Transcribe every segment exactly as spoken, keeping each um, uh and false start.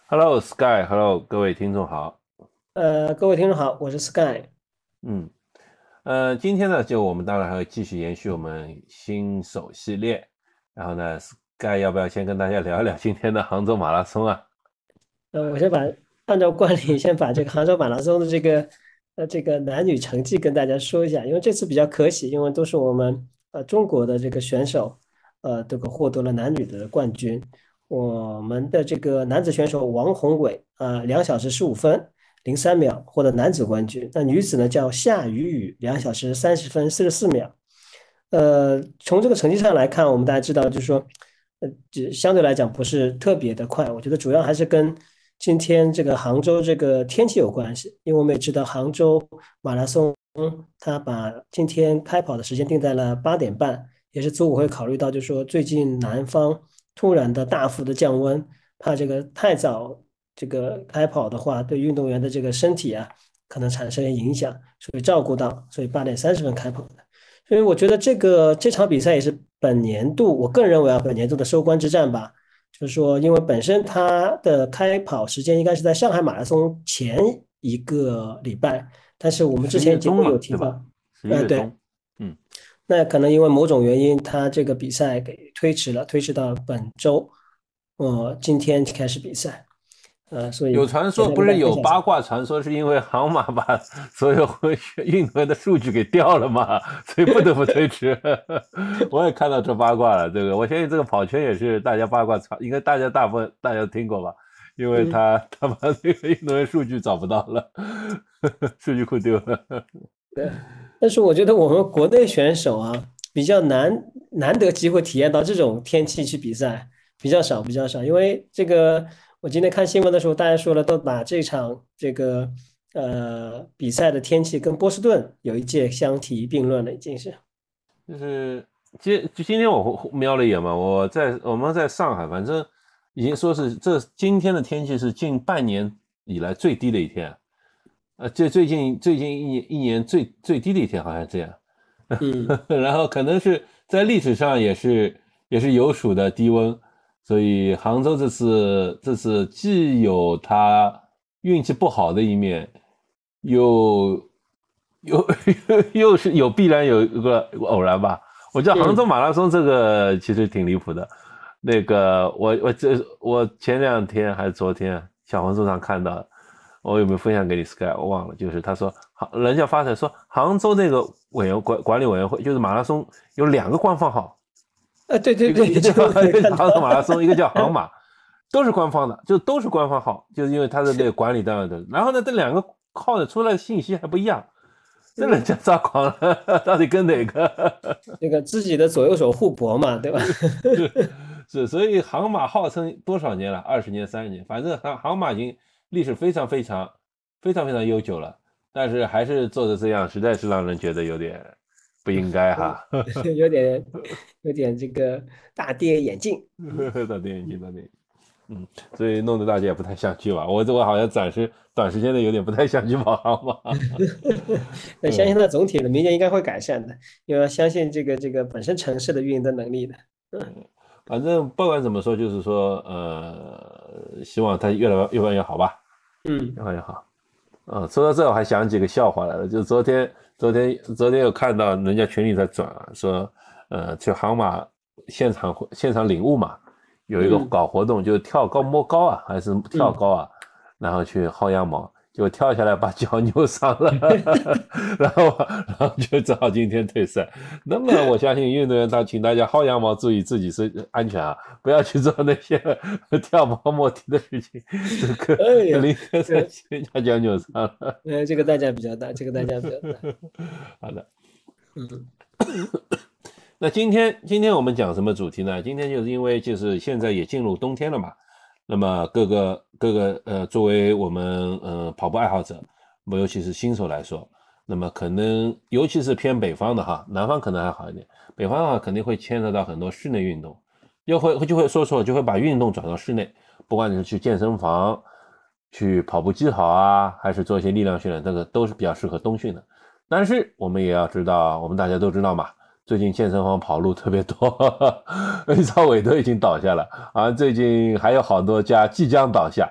Hello Sky，Hello，各位听众好。 呃，各位听众好，我是 Sky。 嗯，呃，今天呢，就我们当然还会继续延续我们新手系列。然后呢，Sky 要不要先跟大家聊一聊今天的杭州马拉松啊？ 呃，我先把按照惯例先把这个杭州马拉松的这个呃这个男女成绩跟大家说一下，因为这次比较可喜，因为都是我们呃中国的这个选手呃这个获得了男女的冠军。我们的这个男子选手王宏伟啊，两小时十五分零三秒获得男子冠军。那女子呢叫夏雨雨，两小时三十分四十四秒。呃，从这个成绩上来看，我们大家知道，就是说，呃，只相对来讲不是特别的快。我觉得主要还是跟今天这个杭州这个天气有关系，因为我们也知道杭州马拉松，它把今天开跑的时间定在了八点半，也是组委会考虑到，就是说最近南方突然的大幅的降温，怕这个太早这个开跑的话，对运动员的这个身体啊可能产生影响，所以照顾到，所以八点三十分开跑的。所以我觉得这个这场比赛也是本年度，我个人认为啊，本年度的收官之战吧。就是说，因为本身它的开跑时间应该是在上海马拉松前一个礼拜，但是我们之十一月前节目有中嘛，对吧？ 提到，呃，对， 十一月中。嗯， 那可能因为某种原因，它这个比赛给推迟了，推迟到本周，呃，今天开始比赛，呃，所以有传说， 简单跟大不是有家分享一下。 八卦传说，是因为杭马把所有运动员的数据给调了嘛，所以不得不推迟。我也看到这八卦了，这个我相信这个跑圈也是大家八卦传，应该大家大部分大家都听过吧？因为嗯。 他他把这个运动员数据找不到了，数据库丢了。 对，但是我觉得我们国内选手啊，比较难难得机会体验到这种天气去比赛，比较少，比较少。因为这个，我今天看新闻的时候，大家说了，都把这场这个呃比赛的天气跟波士顿有一届相提并论了，已经是。 就是今就今天我瞄了一眼嘛，我在我们在上海，反正已经说是这今天的天气是近半年以来最低的一天。呃，这最近最近一年一年最最低的一天好像这样。 嗯然后可能是在历史上也是也是有数的低温，所以杭州这次这次既有他运气不好的一面，又又又是有必然有一个偶然吧。我觉得杭州嗯马拉松这个其实挺离谱的。那个我我这我前两天还是昨天小红书上看到，我有没有分享给你 Sky 我忘了，就是他说杭人家发出来说杭州那个委员管管理委员会就是马拉松有两个官方号， 啊，对对对， 一个一个叫这个我也看到。 一个叫杭州马拉松，一个叫杭马，都是官方的，就都是官方号，就是因为他的那个管理单位的。然后呢，这两个号的出来的信息还不一样，这人嗯， 家抓狂了，到底跟哪个？ 这个自己的左右手互搏嘛，对吧？ 是是，所以杭马号称多少年了？二十年、三十年，反正杭杭马已经历史非常非常非常非常悠久了，但是还是做的这样，实在是让人觉得有点不应该哈。 有点有点这个大跌眼镜。嗯。 到电影机，到电影，嗯，所以弄得大家也不太想去吧。我这我好像暂时短时间内有点不太想去跑杭马。 那相信嗯。 它总体的明年应该会改善的，因为相信这个这个本身城市的运营的能力的。 反正不管怎么说，就是说，呃，希望它越来越越来越好吧，越嗯来越好。嗯，说到这我还想起个笑话来了，就昨天昨天昨天有看到人家群里在转啊，说，呃，去杭马现场现场领悟嘛，有一个嗯搞活动，就是跳高摸高啊，还是跳嗯。 高啊，然后去薅羊毛，就跳下来把脚扭伤了。然后然后就只好今天退赛。那么我相信运动员他请大家薅羊毛，注意自己是安全啊，不要去做那些跳毛摸蹄的事情。这哎个呀， 林科赛这期人家脚扭伤了。 呃这个代价比较大，这个代价比较大。 好的。 嗯那今天今天我们讲什么主题呢？今天就是因为就是现在也进入冬天了嘛，那么各个各个呃，作为我们呃跑步爱好者，尤其是新手来说，那么可能尤其是偏北方的哈，南方可能还好一点，北方的话肯定会牵扯到很多室内运动，就会就会说错，就会把运动转到室内，不管你是去健身房、去跑步机跑啊，还是做一些力量训练，这个都是比较适合冬训的。但是我们也要知道，我们大家都知道嘛。最近健身房跑路特别多。李超伟都已经倒下了啊，最近还有好多家即将倒下。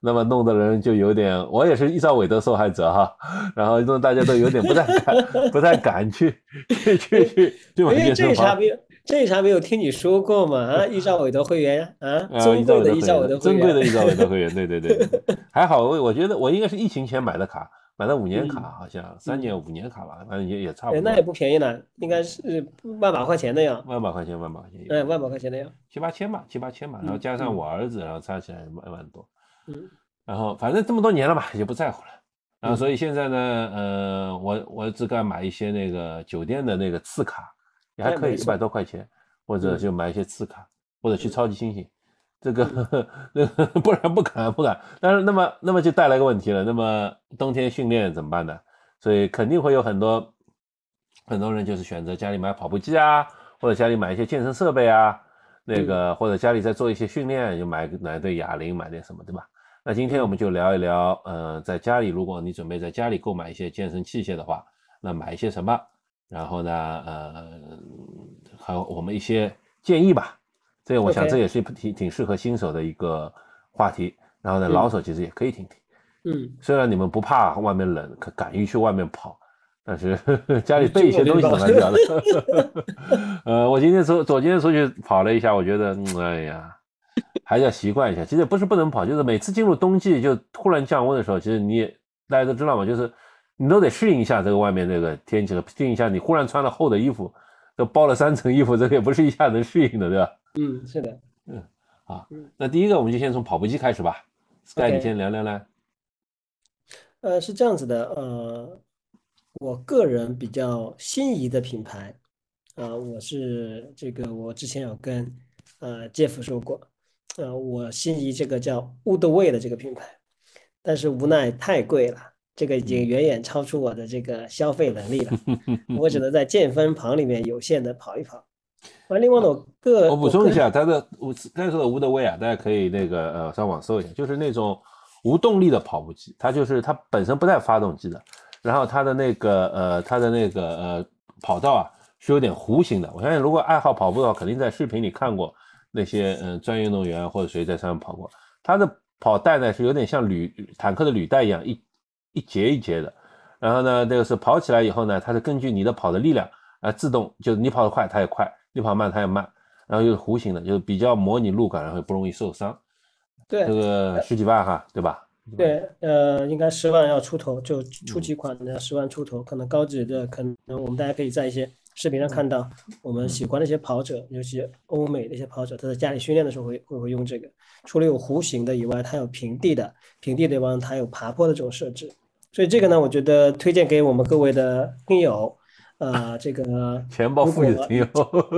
那么弄的人就有点，我也是伊绍韦德受害者哈，然后弄大家都有点不太敢，不太敢去去去去去买因为健身房。 这一茬没有，这一茬没有听你说过嘛？啊，伊绍韦德会员啊， 啊，伊尊兆贵的伊绍韦韦德会员的， 德会员。 珍贵的伊兆韦德会员，对对对对对，还好，我我觉得我应该是疫情前买的卡，买的五年嗯卡，好像三年嗯， 五年卡吧，反正也也差不哎，那多， 也不便宜了，应该是万把块钱的呀。 万把块钱，万把块钱有哎， 有万把块钱的呀。 七八千吧，七八千吧，然后加上嗯嗯我儿子，然后加起来万万多， 嗯然后反正这么多年了嘛，也不在乎了。然后所嗯以现在呢，呃，我我只敢买一些那个酒店的那个次卡，也还哎， 可以，一百没错。 多块钱，或者嗯就买一些次卡，或者去嗯超级星星，这个嗯那个不然不敢不敢。但是那么那么就带来个问题了，那么冬天训练怎么办呢？所以肯定会有很多很多人就是选择家里买跑步机啊，或者家里买一些健身设备啊，那嗯个或者家里在做一些训练，就买买对哑铃，买点什么，对吧？那今天我嗯们就聊一聊，呃，在家里，如果你准备在家里购买一些健身器械的话，那买一些什么？然后呢，呃，还有我们一些建议吧。这个我想这 ，OK。 也是挺挺适合新手的一个话题。然后呢，老嗯手其实也可以听听。 嗯， 虽然你们不怕外面冷，可敢于去外面跑，但是呵呵家里你备一些东西就我就吧。 总还是要的。呃，我今天出左今天出去跑了一下，我觉得，嗯，哎呀。还是要习惯一下。其实不是不能跑，就是每次进入冬季就突然降温的时候，其实你也大家都知道嘛，就是你都得适应一下这个外面这个天气了，适应一下你忽然穿了厚的衣服，都包了三层衣服，这个也不是一下能适应的，对吧？ 嗯，是的。 嗯，好， 嗯那第一个我们就先从跑步机开始吧。Sky，你 ，OK。 先聊聊来。 呃，是这样子的，呃，我个人比较心仪的品牌，啊、我是这个，我之前有跟呃 Jeff 说过，呃，我心仪这个叫 Woodway 的这个品牌，但是无奈太贵了，这个已经嗯， 远远超出我的这个消费能力了，我只能在健身房里面有限的跑一跑。完，另外呢， 啊， 我个我个人我补充一下，它的我刚才说的无的威啊，大家可以那个呃上网搜一下，就是那种无动力的跑步机，它就是它本身不带发动机的，然后它的那个呃它的那个呃跑道啊是有点弧形的。我相信如果爱好跑步的话，肯定在视频里看过那些嗯、呃、专业运动员或者谁在上面跑过。它的跑带呢是有点像履坦克的履带一样，一一节一节的。然后呢，这个是跑起来以后呢，它是根据你的跑的力量啊、呃、自动，就是你跑得快它也快。你跑慢它也慢，然后又是弧形的，就是比较模拟路感，然后也不容易受伤。这对。 个十几万哈，对吧？ 对，呃，应该十万要出头，就初嗯级款的十万出头，可能高级的可能我们大家可以在一些视频上看到，我们喜嗯欢的一些跑者，尤其欧美的一些跑者，他在家里训练的时候会会会用这个。除了有弧形的以外，它有平地的，平地的地方它有爬坡的这种设置。所以这个呢，我觉得推荐给我们各位的听友，呃，这个钱包如果富裕的听友。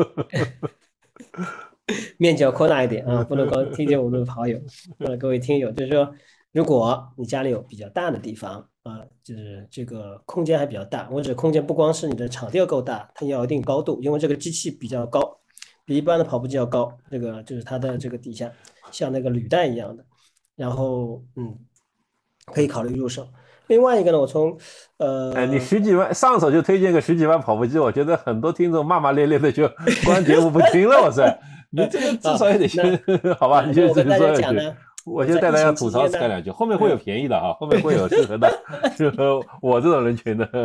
面积要扩大一点啊，不能光听见我们的跑友。呃，各位听友，就是说，如果你家里有比较大的地方啊，就是这个空间还比较大，或者空间不光是你的场地要够大，它也要有一定高度，因为这个机器比较高，比一般的跑步机要高。这个就是它的这个底下像那个履带一样的，然后嗯，可以考虑入手。另外一个呢，我从哎，你呃十几万上手就推荐个十几万跑步机，我觉得很多听众骂骂咧咧的就关节目不听了。我塞，你这个至啊， 少也得那先好吧？ 啊， 你就自己那我跟大说两句， 家讲呢， 我就带我在疫大家吐槽情期间 Sky 呢。 两句，后面会有嗯。 便宜的哈，后面会有适合的，适合我这种人群的。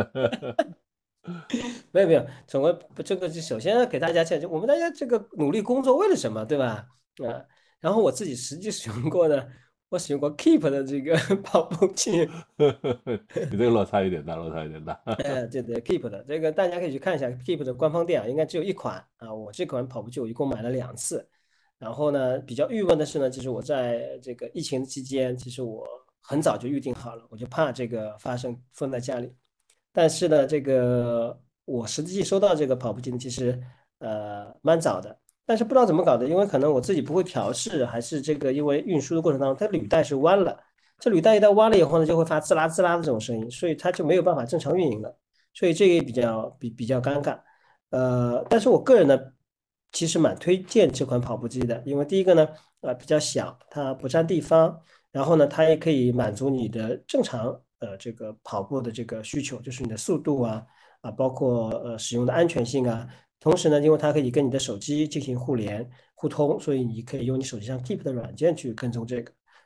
没有没有，总归不这个就首先给大家讲，就我们大家这个努力工作为了什么，对吧？啊，然后我自己实际使用过呢，我使用过 Keep 的这个跑步机。 你这个落差有点大，落差有点大。 呃，对对，Keep 的这个大家可以去看一下 Keep 的官方店啊，应该只有一款啊。我这款跑步机我一共买了两次，然后呢，比较郁闷的是呢，就是我在这个疫情期间，其实我很早就预定好了，我就怕这个发生封在家里。但是呢，这个我实际收到这个跑步机呢，其实呃蛮早的，但是不知道怎么搞的，因为可能我自己不会调试，还是这个因为运输的过程当中，它履带是弯了，这履带一旦弯了以后呢，就会发滋啦滋啦的这种声音，所以它就没有办法正常运营了，所以这个也比较比比较尴尬。呃，但是我个人呢，其实蛮推荐这款跑步机的，因为第一个呢，呃比较小，它不占地方。然后呢，它也可以满足你的正常呃这个跑步的这个需求，就是你的速度啊啊，包括呃使用的安全性啊。同时呢，因为它可以跟你的手机进行互联互通，所以你可以用你手机上 Keep 的软件去跟踪这个。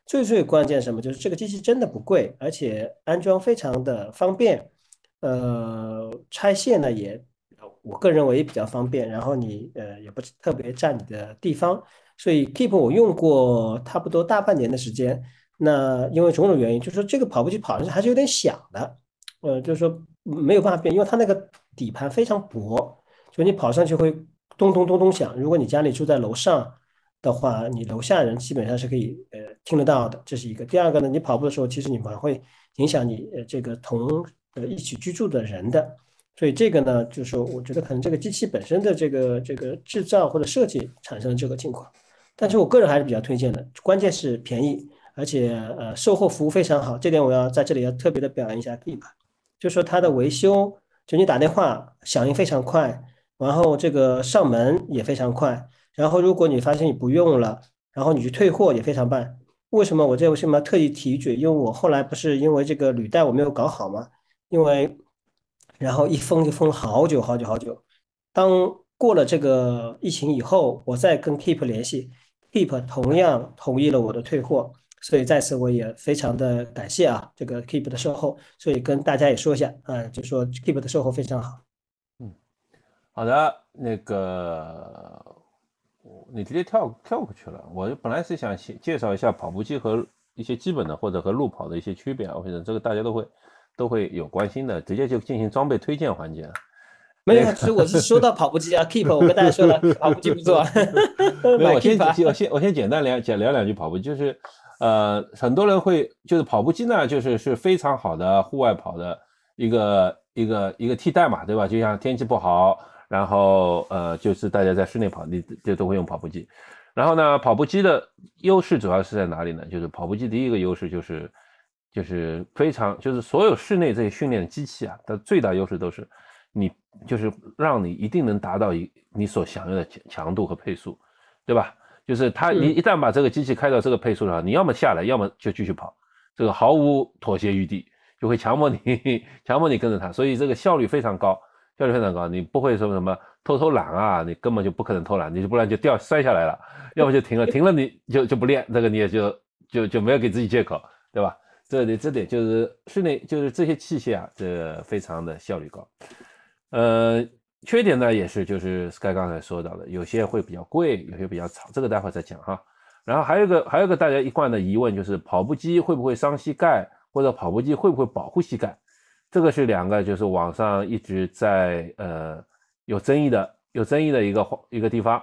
最最关键是什么？就是这个机器真的不贵，而且安装非常的方便，呃，拆卸呢也，我个人认为也比较方便，然后你呃也不是特别占你的地方，所以 Keep 我用过差不多大半年的时间，那因为种种原因，就是说这个跑步机跑上去还是有点响的，呃，就是说没有办法变，因为它那个底盘非常薄，就你跑上去会咚咚咚咚响。如果你家里住在楼上的话，你楼下人基本上是可以呃听得到的，这是一个。第二个呢，你跑步的时候，其实你蛮会影响你呃这个同呃一起居住的人的。所以这个呢，就是说我觉得可能这个机器本身的这个这个制造或者设计产生了这个情况，但是我个人还是比较推荐的，关键是便宜，而且呃售后服务非常好，这点我要在这里要特别的表扬一下 Keep。就说它的维修，就你打电话响应非常快，然后这个上门也非常快，然后如果你发现你不用了，然后你去退货也非常办。为什么我这为什么要特意提一句？因为我后来不是因为这个履带我没有搞好嘛，因为然后一封就封好久好久好久。当过了这个疫情以后，我再跟 Keep 联系，Keep 同样同意了我的退货。所以在此我也非常的感谢啊，这个 Keep 的售后，所以跟大家也说一下，啊、就说 Keep 的售后非常好。 嗯，好的，那个你直接跳跳过去了。我本来是想先介绍一下跑步机和一些基本的或者和路跑的一些区别啊，我觉得这个大家都会都会有关心的，直接就进行装备推荐环节了。 没有，其实我是说到跑步机啊，Keep，我跟大家说了，跑步机不错， 没有， 买我先 Keep 啊。 我先我先简单聊讲聊两句跑步，就是呃，很多人会就是跑步机呢，就是是非常好的户外跑的一个一个一个替代嘛，对吧？就像天气不好，然后呃，就是大家在室内跑，你就都会用跑步机。然后呢，跑步机的优势主要是在哪里呢？就是跑步机第一个优势就是就是非常就是所有室内这些训练机器啊，它最大优势都是你就是让你一定能达到一你所想要的强度和配速，对吧？就是它你嗯一旦把这个机器开到这个配速上，你要么下来，要么就继续跑，这个毫无妥协余地，就会强迫你强迫你跟着它，所以这个效率非常高，效率非常高，你不会说什么偷偷懒啊，你根本就不可能偷懒，你就不然就掉摔下来了，要么就停了，停了你就就不练，这个你也就就就没有给自己借口，对吧？这里这点就是室内就是这些器械啊，这非常的效率高。呃，缺点呢也是就是 Sky 刚才说到的，有些会比较贵，有些比较吵，这个待会儿再讲哈。然后还有一个还有一个大家一贯的疑问就是跑步机会不会伤膝盖，或者跑步机会不会保护膝盖？这个是两个就是网上一直在呃有争议的有争议的一个一个地方。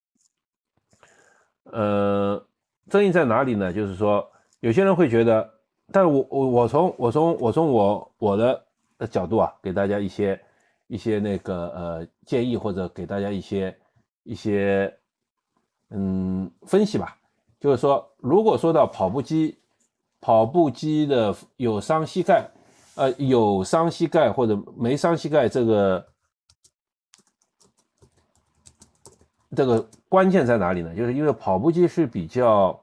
呃，争议在哪里呢？就是说有些人会觉得，但是我我我从我从我从我我的角度啊，给大家一些一些那个呃建议，或者给大家一些一些嗯分析吧。就是说，如果说到跑步机，跑步机的有伤膝盖，呃，有伤膝盖或者没伤膝盖，这个这个关键在哪里呢？就是因为跑步机是比较，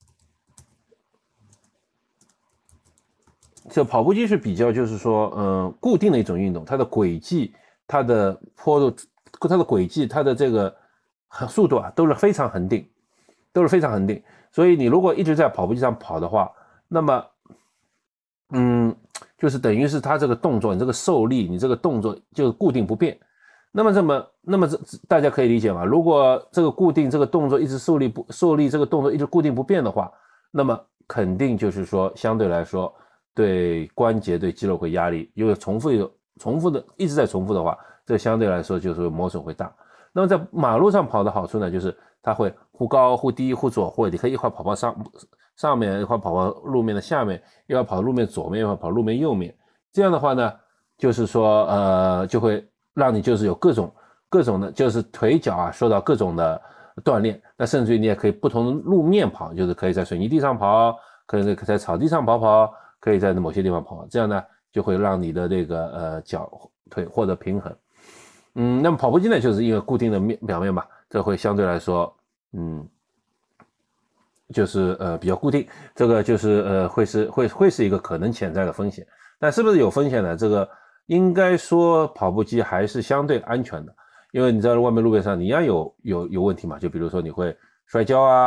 这跑步机是比较就是说，嗯、呃，固定的一种运动，它的轨迹、它的坡度、它的轨迹、它的这个速度啊，都是非常恒定，都是非常恒定。所以你如果一直在跑步机上跑的话，那么，嗯，就是等于是它这个动作，你这个受力，你这个动作就固定不变。那么这么，那么这大家可以理解吗？如果这个固定这个动作一直受力不受力，这个动作一直固定不变的话，那么肯定就是说相对来说对关节对肌肉会压力，因为重复有重复的一直在重复的话，这相对来说就是磨损会大。那么在马路上跑的好处呢，就是它会忽高忽低忽左忽右，你可以一会儿跑到上上面，一会儿跑到路面的下面，一会儿跑路面左面，一会儿跑路面右面。这样的话呢，就是说呃就会让你就是有各种各种的，就是腿脚啊受到各种的锻炼。那甚至于你也可以不同的路面跑，就是可以在水泥地上跑，可以在草地上跑跑，可以在某些地方跑，这样呢就会让你的这个呃脚腿获得平衡。嗯，那么跑步机呢，就是因为固定的面表面嘛，这会相对来说，嗯，就是呃比较固定，这个就是呃会是会会是一个可能潜在的风险。但是不是有风险呢？这个应该说跑步机还是相对安全的，因为你在外面路面上你一样有有有问题嘛，就比如说你会摔跤啊，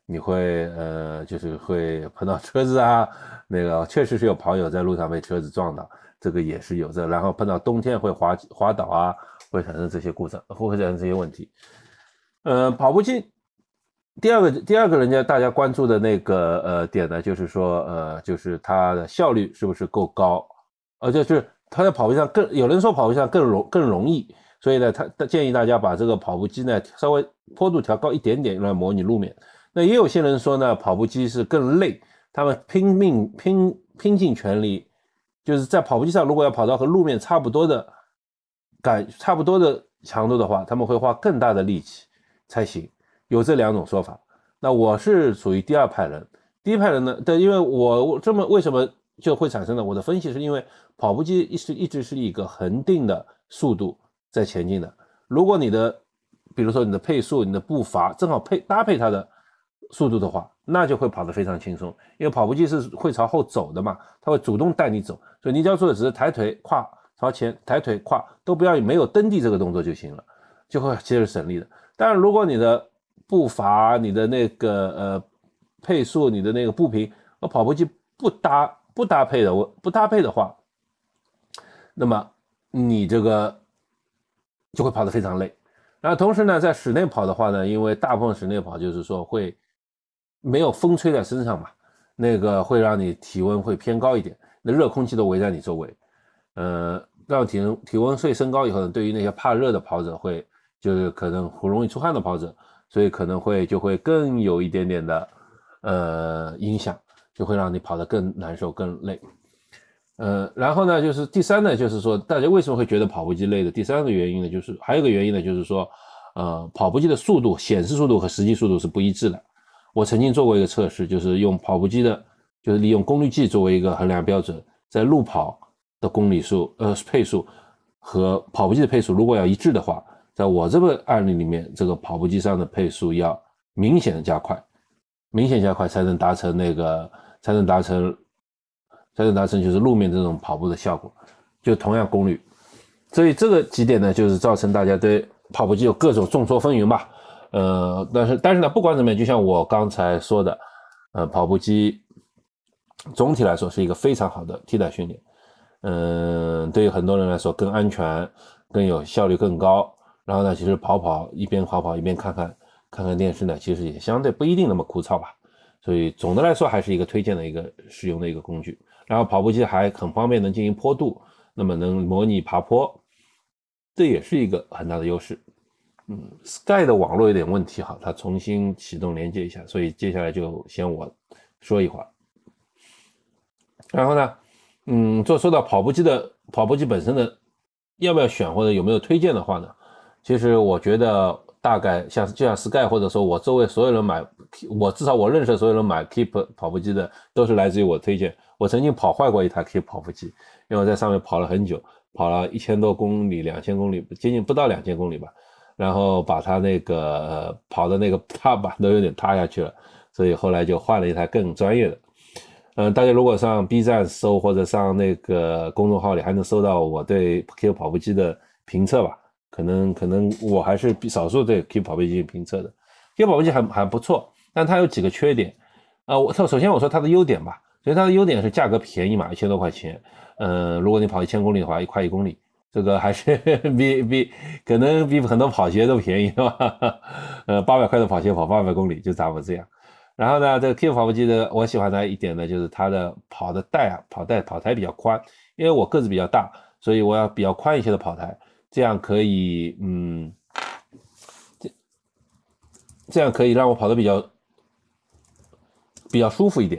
你会呃就是会碰到车子啊，那个确实是有跑友在路上被车子撞到，这个也是有的。然后碰到冬天会滑滑倒啊，会产生这些故障，会产生这些问题。呃，跑步机第二个第二个人家大家关注的那个呃点呢，就是说呃就是它的效率是不是够高，呃就是它在跑步上更有人说跑步上更容更容易，所以呢他建议大家把这个跑步机呢稍微坡度调高一点点来模拟路面。那也有些人说呢跑步机是更累，他们拼命拼拼尽全力，就是在跑步机上如果要跑到和路面差不多的感差不多的强度的话，他们会花更大的力气才行。有这两种说法，那我是属于第二派人。第一派人呢，对，因为我这么为什么就会产生呢？我的分析是因为跑步机一直一直是一个恒定的速度在前进的。如果你的，比如说你的配速、你的步伐正好配搭配它的速度的话，那就会跑得非常轻松。因为跑步机是会朝后走的嘛，它会主动带你走，所以你只要做的只是抬腿、胯朝前，抬腿、胯都不要没有蹬地这个动作就行了，就会其实省力的。当然，如果你的步伐、你的那个呃配速、你的那个步频和跑步机不搭不搭配的，我不搭配的话，那么你这个就会跑得非常累。然后同时呢，在室内跑的话呢，因为大部分室内跑就是说会没有风吹在身上嘛，那个会让你体温会偏高一点，那热空气都围在你周围，呃，让体体温会升高以后呢，对于那些怕热的跑者会就是可能很容易出汗的跑者。所以可能会就会更有一点点的呃影响，就会让你跑得更难受更累。呃，然后呢，就是第三呢，就是说大家为什么会觉得跑步机累的？第三个原因呢，就是还有一个原因呢，就是说，呃，跑步机的速度显示速度和实际速度是不一致的。我曾经做过一个测试，就是用跑步机的，就是利用功率计作为一个衡量标准，在路跑的公里数呃配速和跑步机的配速如果要一致的话。在我这个案例里面，这个跑步机上的配速要明显的加快，明显加快才能达成那个，才能达成，才能达成就是路面这种跑步的效果，就同样功率。所以这个几点呢，就是造成大家对跑步机有各种众说纷纭吧。呃，但是但是呢，不管怎么样，就像我刚才说的，呃，跑步机总体来说是一个非常好的替代训练。嗯、呃，对于很多人来说更安全，更有效率更高。然后呢，其实跑跑一边跑跑一边看看看看电视呢，其实也相对不一定那么枯燥吧。所以总的来说还是一个推荐的一个使用的一个工具。然后跑步机还很方便能进行坡度，那么能模拟爬坡，这也是一个很大的优势。嗯 ，Sky 的网络有点问题哈，它重新启动连接一下，所以接下来就先我说一会儿。然后呢，嗯，做说到跑步机的跑步机本身的要不要选或者有没有推荐的话呢？其实我觉得大概像就像 Sky 或者说我周围所有人买，我至少我认识的所有人买 Keep 跑步机的都是来自于我推荐。我曾经跑坏过一台 Keep 跑步机，因为我在上面跑了很久，跑了一千多公里、两千公里，接近不到两千公里吧。然后把它那个、呃、跑的那个踏板都有点塌下去了，所以后来就换了一台更专业的。嗯，大家如果上 B 站搜或者上那个公众号里，还能搜到我对 Keep 跑步机的评测吧。可能可能我还是比少数对 Keep 跑步机评测的。Keep 跑步机还还不错，但它有几个缺点啊、呃。我首先我说它的优点吧，所以它的优点是价格便宜嘛，一千多块钱。嗯、呃，如果你跑一千公里的话，一块一公里，这个还是比比可能比很多跑鞋都便宜是吧？呃，八百块的跑鞋跑八百公里就差不多这样。然后呢，这个 Keep 跑步机的我喜欢的一点呢，就是它的跑的带啊，跑带跑台比较宽，因为我个子比较大，所以我要比较宽一些的跑台。这样可以，嗯，这这样可以让我跑得比较比较舒服一点，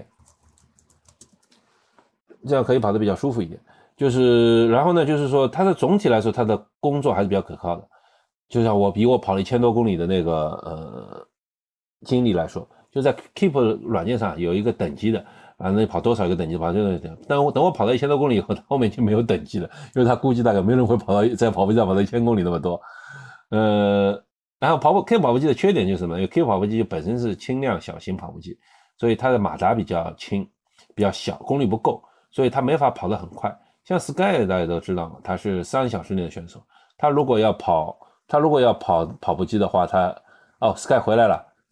这样可以跑得比较舒服一点。就是，然后呢，就是说它的总体来说，它的工作还是比较可靠的。就像我比我跑了一千多公里的那个呃经历来说，就在 Keep 软件上有一个等级的，啊，那跑多少个等级跑这个，但我等我跑到一千多公里以后，后面就没有等级了，因为他估计大概没人会跑到在跑步机上跑到一千公里那么多。呃，然后跑步 Keep 跑步机的缺点就是什么？因为 Keep 跑步机本身是轻量小型跑步机，所以它的马达比较轻，比较小，功率不够，所以它没法跑得很快。像 Sky 大家都知道嘛，他是三小时内的选手，他如果要跑，他如果要跑跑步机的话，他哦 Sky 回来了。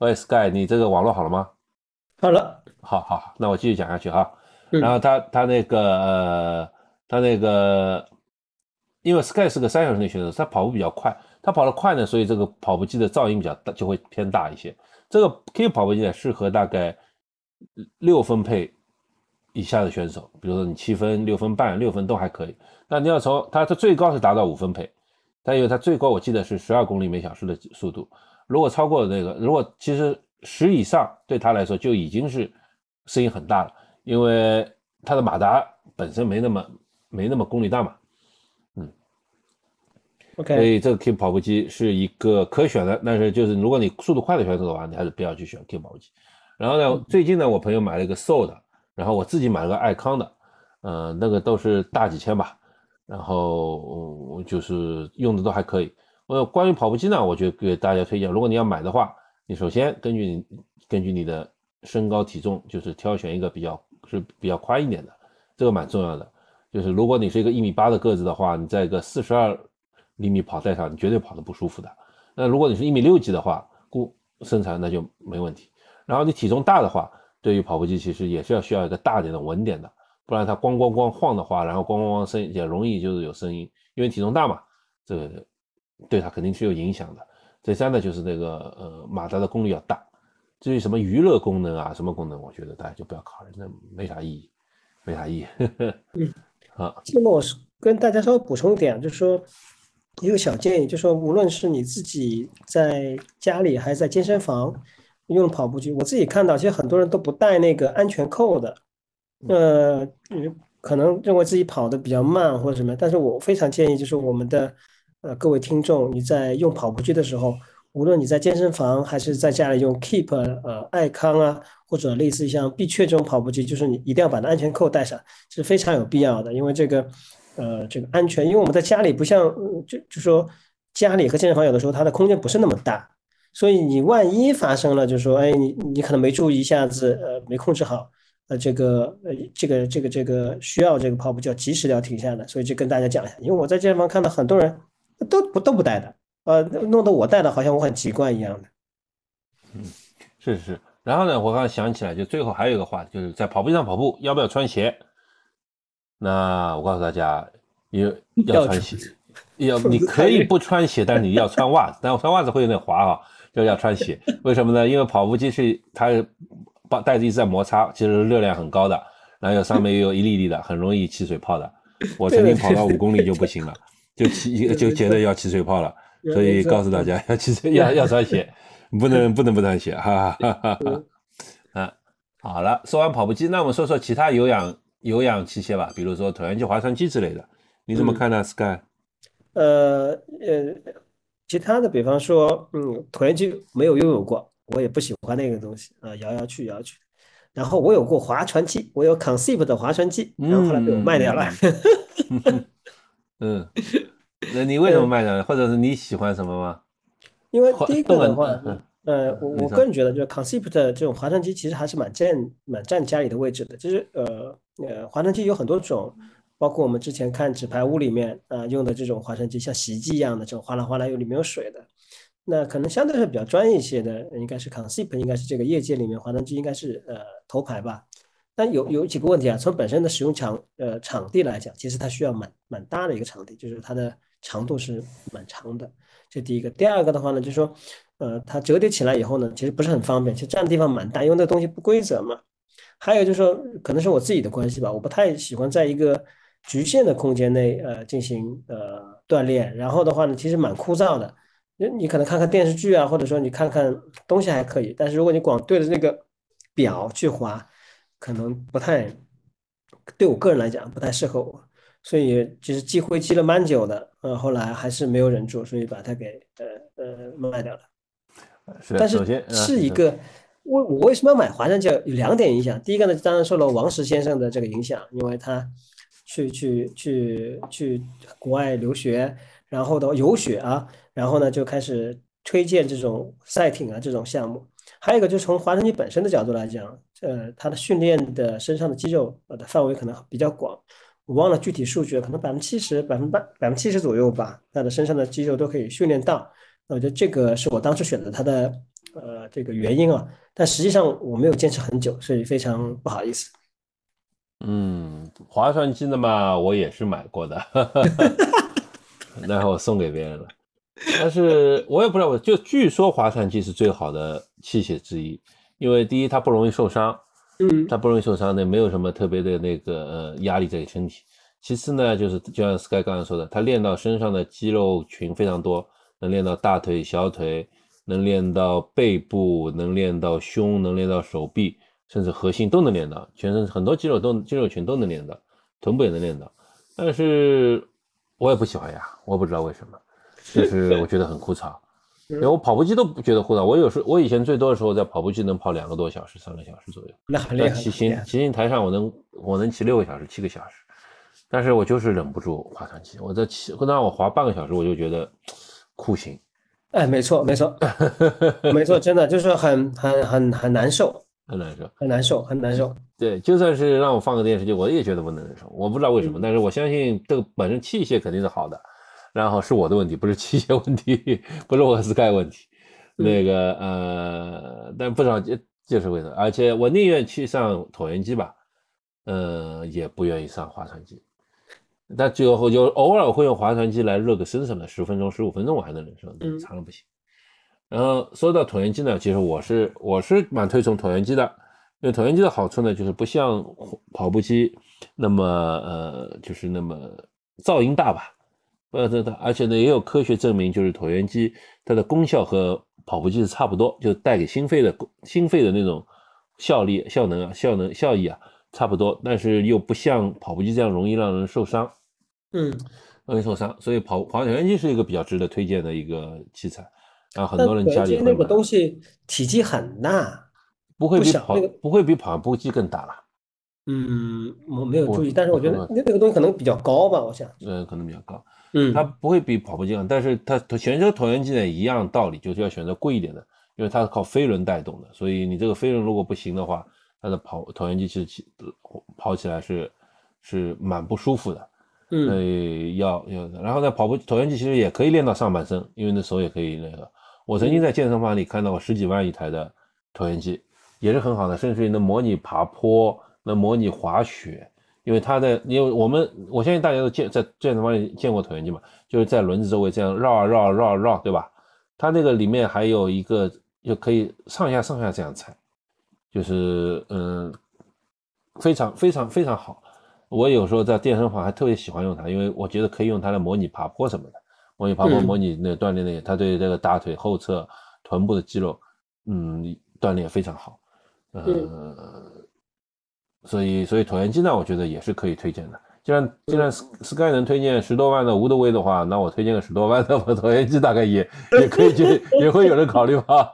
喂，Sky，你这个网络好了吗？ 好了。 好好好，那我继续讲下去哈。然嗯后他他那个呃，他那个，因为 Sky 是个三小时内选手，他跑步比较快，他跑得快呢，所以这个跑步机的噪音比较大，就会偏大一些。这个 Keep 跑步机呢，适合大概六分配以下的选手，比如说你七分、六分半、六分都还可以。那你要从它的最高是达到五分配，但因为它最高我记得是十二公里每小时的速度，如果超过那个，如果其实十以上对他来说就已经是声音很大了，因为他的马达本身没那么没那么功率大嘛，嗯，所 ，OK。 以这个 Keep 跑步机是一个可选的，但是就是如果你速度快的选手的话，你还是不要去选 Keep 跑步机。然后呢，最近呢，我朋友买了一个 Soul 的，然后我自己买了个爱康的，呃，那个都是大几千吧，然后、嗯、就是用的都还可以。呃，关于跑步机呢，我就给大家推荐，如果你要买的话，你首先根据你根据你的身高体重，就是挑选一个比较是比较宽一点的，这个蛮重要的。就是如果你是一个一米八的个子的话，你在一个四十二厘米跑带上，你绝对跑得不舒服的。那如果你是一米六几的话，估身材那就没问题。然后你体重大的话，对于跑步机其实也是要需要一个大点的稳点的，不然它咣咣咣晃的话，然后咣咣咣声也容易就是有声音，因为体重大嘛，这个对它肯定是有影响的。第三呢就是那个呃马达的功率要大，至于什么娱乐功能啊什么功能，我觉得大家就不要考虑，那没啥意义，没啥意义。 嗯， 好， 那么我是跟大家稍微补充一点，就是说一个小建议，就是说无论是你自己在家里还是在健身房用跑步机，我自己看到其实很多人都不带那个安全扣的。呃，嗯可能认为自己跑得比较慢或者什么，但是我非常建议，就是我们的呃各位听众，你在用跑步机的时候，无论你在健身房还是在家里用 Keep 呃爱康啊，或者类似像必确这种跑步机，就是你一定要把那安全扣带上，是非常有必要的，因为这个呃这个安全，因为我们在家里不像呃就就说家里和健身房有的时候它的空间不是那么大，所以你万一发生了，就是说哎你你可能没注意一下子呃没控制好。呃，这个呃，这个这个这个需要这个跑步就要及时的要停下来，所以就跟大家讲一下，因为我在健身房看到很多人都不都不带的，呃，弄得我带的好像我很奇怪一样的。 是是。然后呢，我刚刚想起来，就最后还有一个话题，就是在跑步机上跑步要不要穿鞋？那我告诉大家，要要要出， 穿鞋，要否你可以则太累。 不穿鞋，但是你要穿袜子，但我穿袜子会有点滑啊，就要穿鞋。为什么呢？因为跑步机是它把带子一直在摩擦，其实热量很高的，然后上面又有一粒粒的，很容易起水泡的。我对的， 曾经跑对的， 到五公里就不行了，就起对， 就没错， 觉得要起水泡了，所以没没错，嗯， 告诉大家要起水要要穿鞋，不能不能不穿鞋，哈哈哈哈。 嗯啊，好了，说完跑步机，那我们说说其他有氧有氧器械吧，比如说椭圆机、划船机之类的，你怎么嗯。 看呢，Sky？ 呃呃，其他的，比方说，嗯，椭圆机没有拥有过，我也不喜欢那个东西啊，摇摇去摇去。然后我有过划船机，我有 Concept 的划船机，然后后来被我嗯卖掉了。 嗯嗯嗯嗯，那你为什么嗯， 卖呢？或者是你喜欢什么吗？ 因为划第一个动了， 的话， 嗯嗯呃，我嗯，你我个说， 人觉得就是 Concept 的这种划船机其实还是蛮占蛮占家里的位置的。就是呃呃，划船机有很多种，包括我们之前看纸牌屋里面啊、呃用的这种划船机，像洗衣机一样的这种哗啦哗啦，又里面有水的。那可能相对是比较专业一些的，应该是 Consip，应该是这个业界里面划船机应该是呃头牌吧。但有有几个问题啊，从本身的使用场呃场地来讲，其实它需要蛮蛮大的一个场地，就是它的长度是蛮长的，这第一个。第二个的话呢，就是说呃它折叠起来以后呢，其实不是很方便，其实占地方蛮大，因为那东西不规则嘛。还有就是说，可能是我自己的关系吧，我不太喜欢在一个局限的空间内呃进行呃锻炼，然后的话呢，其实蛮枯燥的。你你可能看看电视剧啊，或者说你看看东西还可以，但是如果你光对着那个表去滑，可能不太，对我个人来讲不太适合我，所以其实积灰积了蛮久的，呃，后来还是没有忍住，所以把它给呃呃卖掉了。 是的， 但是首先啊，你说， 是一个，我我为什么要买华山教？有两点影响。第一个呢，当然受了王石先生的这个影响，因为他去去去去国外留学，然后的游学啊，然后呢就开始推荐这种赛艇啊这种项目。还有一个就是从划船机本身的角度来讲，呃，它的训练的身上的肌肉呃的范围可能比较广，我忘了具体数据了，可能百分之七十、百分百百分之七十左右吧，它的身上的肌肉都可以训练到。那我觉得这个是我当时选择它的呃这个原因啊，但实际上我没有坚持很久，所以非常不好意思。 嗯，划船机的嘛，我也是买过的，然后送给别人了。但是我也不知道，我就据说划船机是最好的器械之一，因为第一它不容易受伤， 嗯它不容易受伤的，没有什么特别的那个呃压力在身体。其次呢，就是就像 Sky 刚才说的，它练到身上的肌肉群非常多，能练到大腿、小腿，能练到背部，能练到胸，能练到手臂，甚至核心都能练到，全身很多肌肉都肌肉群都能练到，臀部也能练到。但是我也不喜欢呀，我不知道为什么，就是我觉得很枯燥。因为嗯， 我跑步机都不觉得枯燥，我有时我以前最多的时候在跑步机能跑两个多小时、三个小时左右， 那很厉害了， 在骑很厉害。 行骑行台上我能我能骑六个小时、七个小时，但是我就是忍不住划船机，我在骑，让我划半个小时我就觉得酷刑。 哎，没错没错没错，真的就是很很很很难受， 很难受。 很难受，很难受。 对，就算是让我放个电视机，我也觉得不能忍受。我不知道为什么， 嗯但是我相信这个本身器械肯定是好的，然后是我的问题，不是器械问题，不是我 Sky 问题。那嗯个呃，但不少就就是为什么，而且我宁愿去上椭圆机吧，呃，也不愿意上划船机。但最后就偶尔会用划船机来热个身什么的，十分钟、十五分钟我还能忍受， 嗯长了不行。然后说到椭圆机呢，其实我是我是蛮推崇椭圆机的，因为椭圆机的好处呢，就是不像跑步机那么呃，就是那么噪音大吧，呃，这而且呢也有科学证明，就是椭圆机它的功效和跑步机是差不多，就带给心肺的心肺的那种效力、效能啊、效能效益啊差不多，但是又不像跑步机这样容易让人受伤， 嗯， 容易受伤，所以跑跑椭圆机是一个比较值得推荐的一个器材。然后很但多人家里椭圆机那个也会买。 东西体积很大， 不会比不小。那个跑不会比跑步机更大了， 嗯，我没有不注意，但是我觉得不那那个东西可能比较高吧，我想。 呃可能比较高，它嗯不会比跑步机更，但是它选择椭圆机呢一样道理，就是要选择贵一点的，因为它是靠飞轮带动的，所以你这个飞轮如果不行的话，它的跑椭圆机其实跑起来是是蛮不舒服的，所嗯以要要，然后呢跑步椭圆机其实也可以练到上半身，因为那手也可以那个，我曾经嗯在健身房里看到过十几万一台的椭圆机，也是很好的，甚至于能模拟爬坡，能模拟滑雪。因为它的，因为我们我相信大家都见在健身房里见过椭圆机嘛，就是在轮子周围这样绕啊绕啊绕啊绕，对吧？它那个里面还有一个就可以上下上下这样踩，就是嗯，非常非常非常好。我有时候在健身房还特别喜欢用它，因为我觉得可以用它来模拟爬坡什么的，模拟爬坡，模嗯拟那锻炼那个，它对这个大腿后侧、臀部的肌肉，嗯，锻炼非常好。 嗯呃，所以所以椭圆机呢，我觉得也是可以推荐的。既然既然嗯 Sky 能推荐十多万的无的威的话，那我推荐个十多万的椭圆机，大概也也可以去，也会有人考虑吧。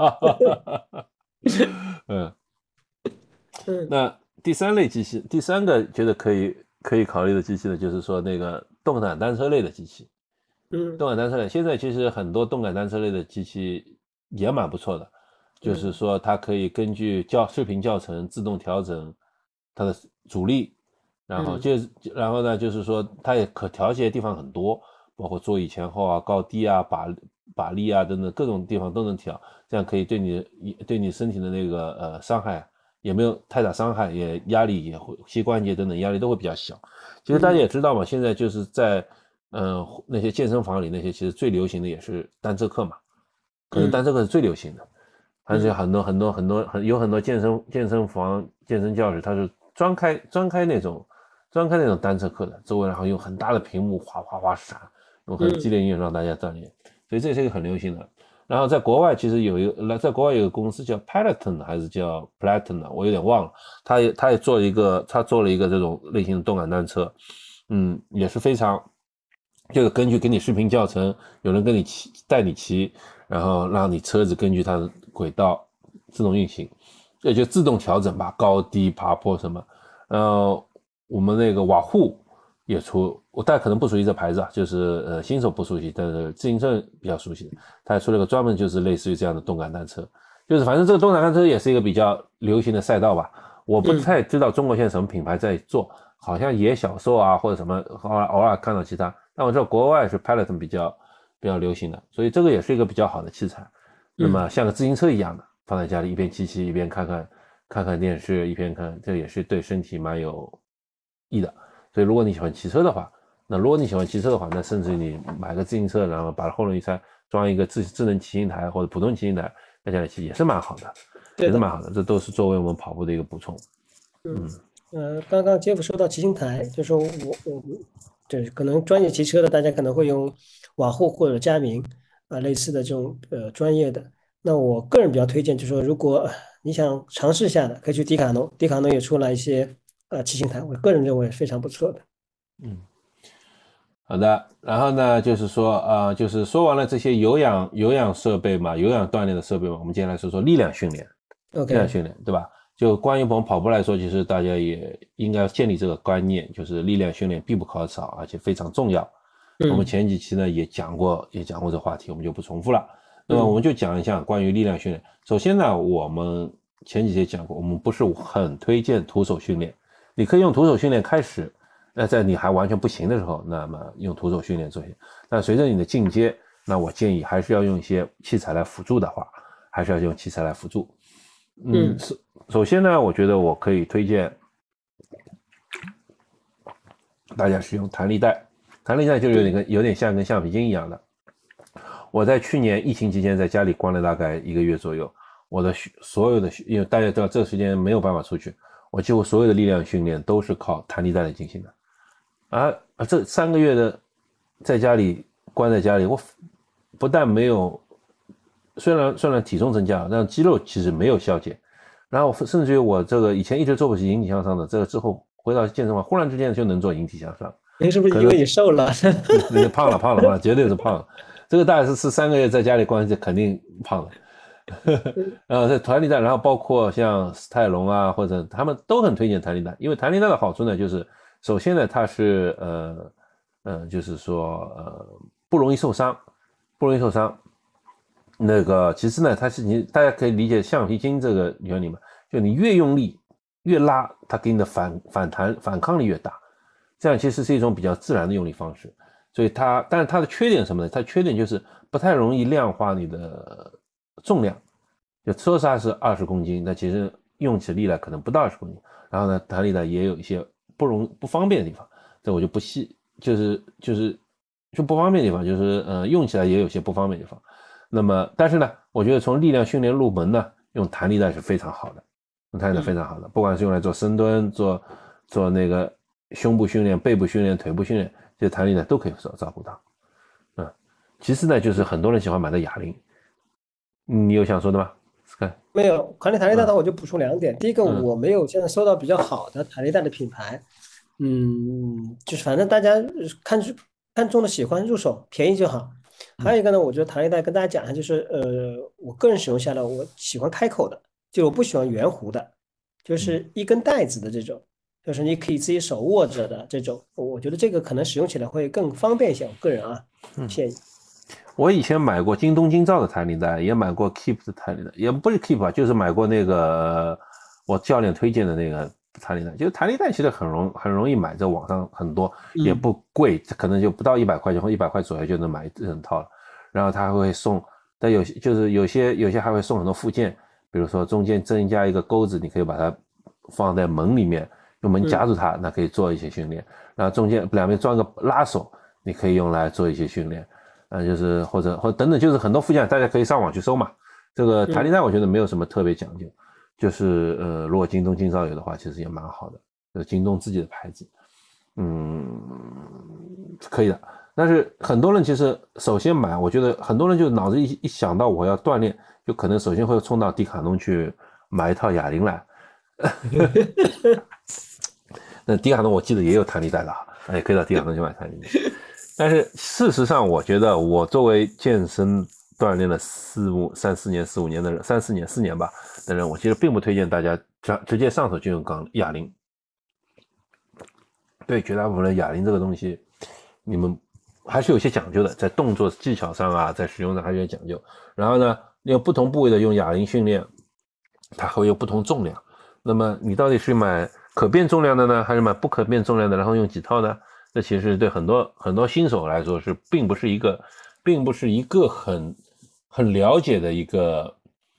嗯， 嗯那第三类机器，第三个觉得可以可以考虑的机器呢，就是说那个动感单车类的机器。 嗯动感单车类现在其实很多动感单车类的机器也蛮不错的，就是嗯说它可以根据教视频教程自动调整它的阻力，然后嗯就然后呢就是说它也可调节的地方很多，包括座椅前后啊、高低啊、把把力啊等等各种地方都能调，这样可以对你对你身体的那个呃伤害也没有太大伤害，也压力也会膝关节等等压力都会比较小。其实大家也知道嘛，现在就是在嗯，那些健身房里那些其实最流行的也是单车课嘛，可能单嗯车课是最流行的，而且嗯很多很多很多很有很多健身健身房健身教室，它是专开专开那种专开那种单车课的，周围然后用很大的屏幕哗哗哗闪，用很激烈音乐让大家锻炼，所以这是一个很流行的。然后在国外其实有一个，在国外有个公司叫 Peloton 还是叫 Platinum，我有点忘了，他也他也做了一个，他做了一个这种类型的动感单车，嗯，也是非常。就是根据给你视频教程，有人跟你骑带你骑，然后让你车子根据它的轨道自动运行，也就自动调整吧，高低爬坡什么。呃，我们那个瓦护也出，我大家可能不熟悉这牌子啊，就是呃新手不熟悉，但是自行车比较熟悉的，他还出了个专门就是类似于这样的动感单车，就是反正这个动感单车也是一个比较流行的赛道吧。我不嗯太知道中国现在什么品牌在做，好像野小兽啊或者什么，偶尔偶尔看到其他。但我知道国外是 Peloton 比较比较流行的，所以这个也是一个比较好的器材。那么嗯像个自行车一样的， 放在家里一边骑骑一边看看看看电视，一边看，这也是对身体蛮有益的。所以如果你喜欢骑车的话，那如果你喜欢骑车的话，那甚至你买个自行车，然后把后轮一拆，装一个智智能骑行台或者普通骑行台在家里骑也是蛮好的，也是蛮好的。这都是作为我们跑步的一个补充。 嗯，呃，刚刚杰夫说到骑行台，就说我我对，可能专业骑车的大家可能会用瓦护或者佳明啊、类似的这种呃专业的。那我个人比较推荐，就是说如果你想尝试一下的，可以去迪卡侬，迪卡侬也出了一些呃骑行台，我个人认为非常不错的。 嗯，好的。然后呢，就是说呃，就是说完了这些有氧有氧设备嘛，有氧锻炼的设备嘛，我们接下来说说力量训练。力量 OK， 训练，对吧？就关于我们跑步来说，其实大家也应该建立这个观念，就是力量训练必不可少，而且非常重要。我们嗯前几期呢也讲过，也讲过这话题，我们就不重复了。那么我们就讲一下关于力量训练。首先呢，我们前几期讲过，我们不是很推荐徒手训练。你可以用徒手训练开始，那在你还完全不行的时候，那么用徒手训练做些。但随着你的进阶，那我建议还是要用一些器材来辅助的话，还是要用器材来辅助。嗯，首首先呢，我觉得我可以推荐大家使用弹力带。弹力带就有点跟有点像跟橡皮筋一样的。我在去年疫情期间在家里关了大概一个月左右，我的所有的，因为大家知道这个时间没有办法出去，我几乎所有的力量训练都是靠弹力带来进行的。而而这三个月的在家里关在家里，我不但没有，虽然虽然体重增加，但肌肉其实没有消减。然后甚至于我这个以前一直做不起引体向上的，这个之后回到健身房，忽然之间就能做引体向上。 你是不是因为你瘦了？ 你胖了，胖了，胖了，绝对是胖了。这个大概是是三个月在家里关，肯定胖了。呃，这弹力带，然后包括像斯泰龙啊，或者他们都很推荐弹力带，因为弹力带的好处呢，就是首先呢，它是呃呃，就是说呃不容易受伤，不容易受伤。那个其实呢，它是你大家可以理解橡皮筋这个原理嘛，就你越用力越拉，它给你的反反弹反抗力越大。这样其实是一种比较自然的用力方式，所以它，但是它的缺点是什么呢？它缺点就是不太容易量化你的重量，就说它是二十公斤，但其实用起力来可能不到二十公斤。然后呢，弹力带也有一些不容不方便的地方，这我就不细，就是就是就不方便的地方，就是呃用起来也有些不方便的地方。那么，但是呢，我觉得从力量训练入门呢，用弹力带是非常好的，用弹力带非常好的，不管是用来做深蹲，做做那个。胸部训练、背部训练、腿部训练，这些弹力带都可以照照顾到。嗯，其次呢，就是很多人喜欢买的哑铃，你有想说的吗 ？Sky 没有，弹力弹力带的话，我就补充两点。第一个， 嗯我没有现在搜到比较好的弹力带的品牌。嗯，就是反正大家看看中的喜欢入手，便宜就好。还有一个呢，我觉得弹力带跟大家讲一下，就是呃，我个人使用下来，我喜欢开口的，就我不喜欢圆弧的，就是一根带子的这种，就是你可以自己手握着的这种，我觉得这个可能使用起来会更方便一些。我个人啊，建议。 我以前买过京东京兆的弹力带，也买过 Keep 的弹力带，也不是 Keep 啊，就是买过那个我教练推荐的那个弹力带。就是弹力带其实很容很容易买，在网上很多，也不贵，可能就不到一百块钱或一百块左右就能买一整套了。然后它还会送，但有些就是有些有些还会送很多附件，比如说中间增加一个钩子，你可以把它放在门里面，用门夹住它，那可以做一些训练。然后中间两边装个拉手，你可以用来做一些训练。呃，就是或者或者等等，就是很多附件，大家可以上网去搜嘛。这个弹力带我觉得没有什么特别讲究，就是呃，如果京东、京兆有的话，其实也蛮好的，就是京东自己的牌子，嗯，可以的。但是很多人其实首先买，我觉得很多人就脑子一一想到我要锻炼，就可能首先会冲到迪卡侬去买一套哑铃来。那迪卡侬我记得也有弹力带的哈，也可以到迪卡侬去买弹力带。但是事实上，我觉得我作为健身锻炼了四五三四年、四五年的人，三四年、四年吧的人，我其实并不推荐大家直接上手就用杠哑铃。对绝大部分人，哑铃这个东西，你们还是有些讲究的，在动作技巧上啊，在使用上还是有讲究。然后呢，用不同部位的用哑铃训练，它会有不同重量。那么你到底是买可变重量的呢，还是买不可变重量的，然后用几套呢？这其实对很多很多新手来说是并不是一个并不是一个很很了解的一个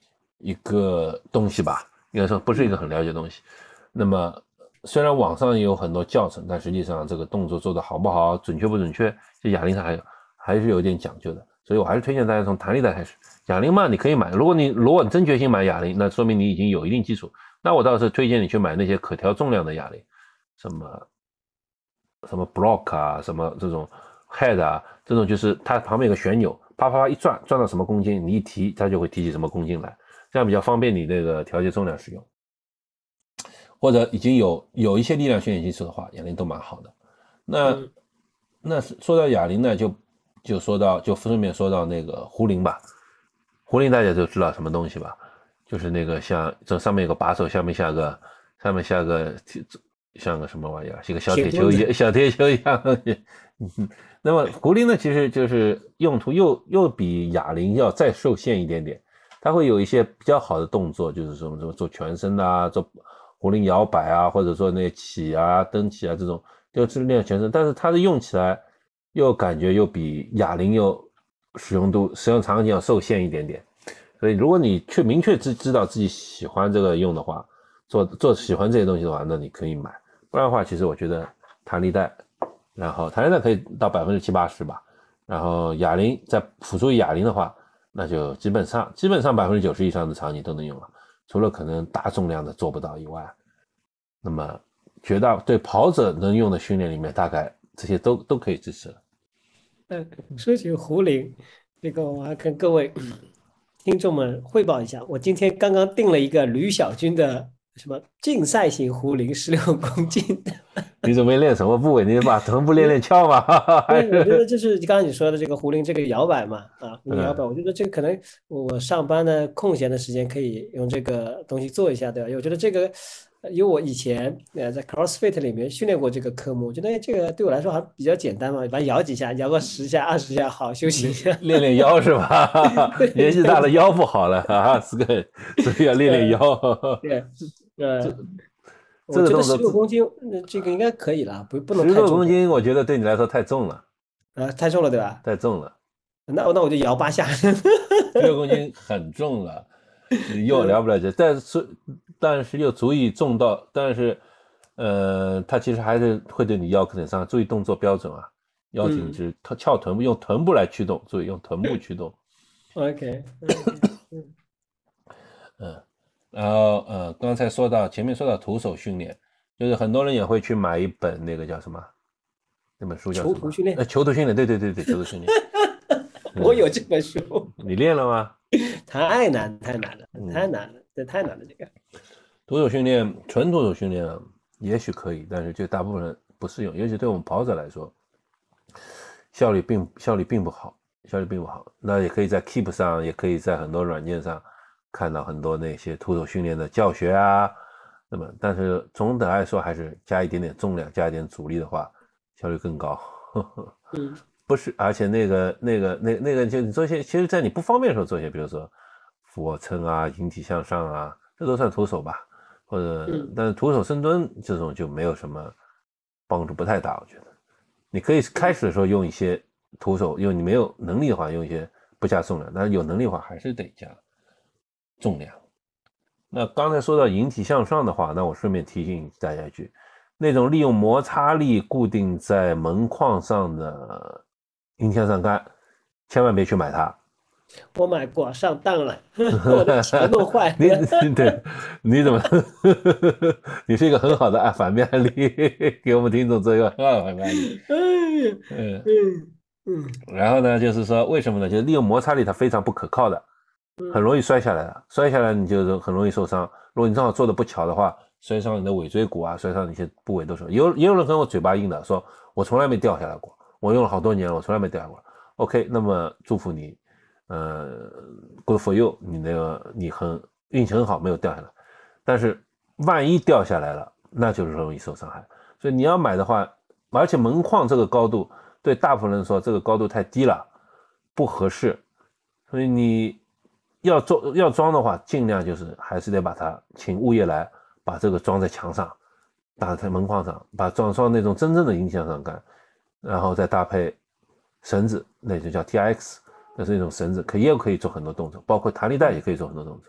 一个东西吧，应该说不是一个很了解的东西。那么虽然网上也有很多教程，但实际上这个动作做的好不好，准确不准确，这哑铃上还有还是有点讲究的。所以我还是推荐大家从弹力带开始。哑铃嘛，你可以买，如果你如果你真决心买哑铃，那说明你已经有一定基础。那我倒是推荐你去买那些可调重量的哑铃，什么什么 block 啊，什么这种 head 啊，这种就是它旁边有个旋钮，啪啪啪一转，转到什么公斤，你一提它就会提起什么公斤来，这样比较方便你这个调节重量使用。或者已经有有一些力量训练基础的话，哑铃都蛮好的。那、嗯、那说到哑铃呢，就就说到就顺便说到那个壶铃吧。壶铃大家都知道什么东西吧？就是那个像这上面有个把手，下面下个上面下个像个什么玩意儿，是个小铁球一样，小铁球一样。那么壶铃呢，其实就是用途又又比哑铃要再受限一点点，它会有一些比较好的动作，就是什么什么做全身啊，做壶铃摇摆啊，或者说那起啊、蹬起啊这种，就是练全身。但是它的用起来又感觉又比哑铃又使用度、使用场景要受限一点点。所以如果你确明确知知道自己喜欢这个用的话，做做喜欢这些东西的话，那你可以买。不然的话，其实我觉得弹力带，然后弹力带可以到百分之七八十吧。然后哑铃在辅助哑铃的话，那就基本上基本上百分之九十以上的场景都能用了。除了可能大重量的做不到以外，那么绝大对跑者能用的训练里面，大概这些都都可以支持了。 嗯，说起壶铃，这个我还跟各位听众们汇报一下，我今天刚刚订了一个吕小军的什么竞赛型壶铃，十六公斤的。 你准备练什么部位？你把臀部练练翘吗？ 对，我觉得就是刚刚你说的这个壶铃这个摇摆嘛，啊，壶铃摇摆，我觉得这个可能我上班的空闲的时间可以用这个东西做一下，对吧？我觉得这个，因为我以前呃在 CrossFit 里面训练过这个科目，我觉得这个对我来说还比较简单嘛，把它摇几下，摇个十下、二十下，好休息一下， 练练腰是吧？年纪大了腰不好了啊，是个，所以要练练腰。 对，呃。我觉得十六公斤，这个应该可以了，不不能太重。 十六公斤，我觉得对你来说太重了。 啊，太重了，对吧？ 太重了。 那那我就摇八下。 十六公斤很重了，又了不了解，但是但是又足以重到，但是呃，它其实还是会对你腰可能伤。注意动作标准啊，腰挺直，嗯、翘臀部，用臀部来驱动，注意用臀部驱动。 OK， 嗯嗯。然后呃，刚才说到前面说到徒手训练，就是很多人也会去买一本那个叫什么，那本书叫什么？ 囚徒训练。 呃，囚徒训练，对对对对，囚徒训练。 我有这本书。 你练了吗？ 太难太难了，太难了，这太难了这个。 徒手训练，纯徒手训练也许可以，但是对大部分人不适用，尤其对我们跑者来说，效率并效率并不好，效率并不好。那也可以在 Keep 上，也可以在很多软件上。看到很多那些徒手训练的教学啊，那么但是总的来说还是加一点点重量，加一点阻力的话，效率更高。 嗯， 不是，而且那个那个那那个就你做些，其实在你不方便的时候做些，比如说俯卧撑啊、引体向上啊，这都算徒手吧。或者，嗯、但是徒手深蹲这种就没有什么帮助，不太大，我觉得。你可以开始的时候用一些徒手，因为你没有能力的话，用一些不加重量，但是有能力的话还是得加重量。那刚才说到引体向上的话，那我顺便提醒大家一句，那种利用摩擦力固定在门框上的引体向上杆，千万别去买它。 我买过，上当了，我的钱弄坏了。 你对，你怎么？你是一个很好的案反面案例，给我们听众做一个很好的反面案例。嗯嗯嗯。然后呢，就是说为什么呢？就是利用摩擦力，它非常不可靠的。很容易摔下来的，摔下来你就很容易受伤。如果你正好做的不巧的话，摔伤你的尾椎骨啊，摔伤你一些部位都是。有也有人跟我嘴巴硬的说，我从来没掉下来过，我用了好多年了，我从来没掉下来过。OK， 那么祝福你，呃 ，Good for you， 你那个你很运气很好，没有掉下来。但是万一掉下来了，那就是容易受伤害。所以你要买的话，而且门框这个高度对大部分人说这个高度太低了，不合适，所以你。要装要装的话，尽量就是还是得把它请物业来把这个装在墙上，打在门框上，把装上那种真正的引体向上杆，然后再搭配绳子，那就叫 T R X， 那是一种绳子，可也可以做很多动作，包括弹力带也可以做很多动作。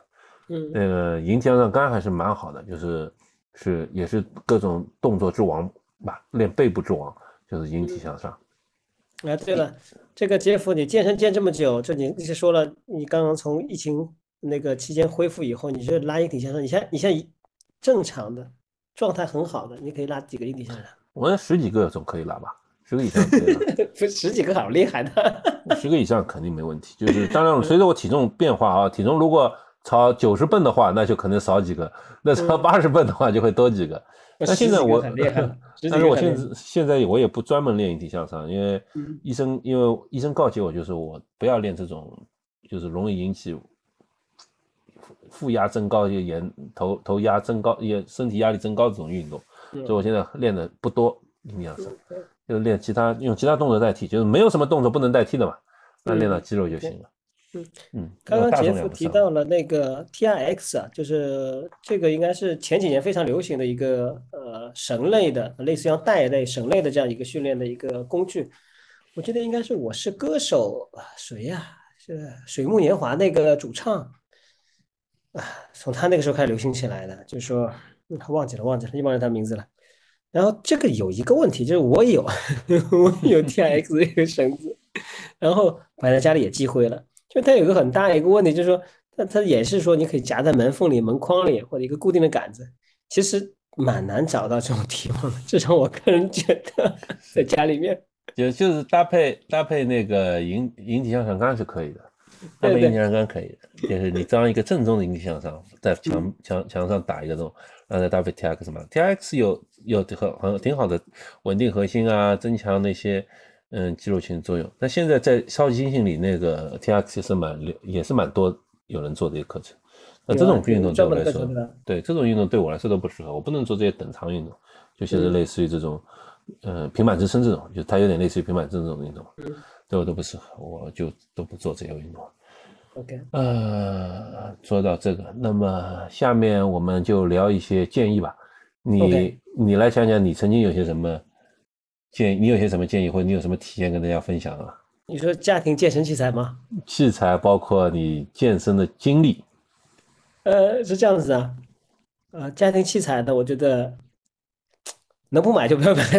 嗯， 那个引体向上杆还是蛮好的，就是是也是各种动作之王吧，练背部之王就是引体向上。 啊，对了，这个杰夫，你健身健这么久，这你你是说了，你刚刚从疫情那个期间恢复以后，你就拉引体向上，你现在你现在正常的状态很好的，你可以拉几个引体向上？ 我那十几个总可以拉吧，十个以上可以拉。 不十几个好厉害的。 十个以上肯定没问题，就是当然随着我体重变化啊，体重如果朝九十蹦的话，那就可能少几个；那朝八十蹦的话就会多几个。那现在我， 很厉害了， 但是我现在现在我也不专门练引体向上，因为医生因为医生告诫我，就是我不要练这种就是容易引起负压增高、也头头压增高、也身体压力增高这种运动，所以我现在练的不多引体向上。就练其他用其他动作代替，就是没有什么动作不能代替的嘛，那练到肌肉就行了。 嗯嗯， 刚刚杰夫提到了那个 T R X 啊，就是这个应该是前几年非常流行的一个呃绳类的，类似像带类、绳类的这样一个训练的一个工具。我记得应该是《我是歌手》谁呀、啊？是水木年华那个主唱啊，从他那个时候开始流行起来的，就是说、嗯、忘记了忘记了，又忘了他名字了。然后这个有一个问题，就是我有我有 T R X 这个绳子，然后摆在家里也积灰了。就它有一个很大一个问题，就是说它它也是说你可以夹在门缝里、门框里或者一个固定的杆子，其实蛮难找到这种地方的，至少我个人觉得在家里面。 就就是搭配搭配那个引引体向上杆是可以的，搭配引体向上杆可以的，就是你装一个正宗的引体向上，在墙墙墙上打一个洞，然后再搭配 T R X 嘛 ，T R X 有有很很挺好的稳定核心啊，增强那些嗯肌肉群的作用。那现在在超级猩猩里那个 T R X 是蛮也是蛮多有人做这个课程。那这种运动对我来说，对这种运动对我来说都不适合，我不能做这些等长运动，就是类似于这种。呃，平板支撑这种，就它有点类似于平板支撑这种运动，嗯，对我都不适合，我就都不做这些运动。 OK， 呃，说到这个，那么下面我们就聊一些建议吧。你、 okay. 你来讲讲，你曾经有些什么建议？你有些什么建议，或者你有什么体验跟大家分享啊？ 你说家庭健身器材吗？ 器材包括你健身的经历。 呃，是这样子啊，呃，家庭器材的，我觉得。能不买就不要买，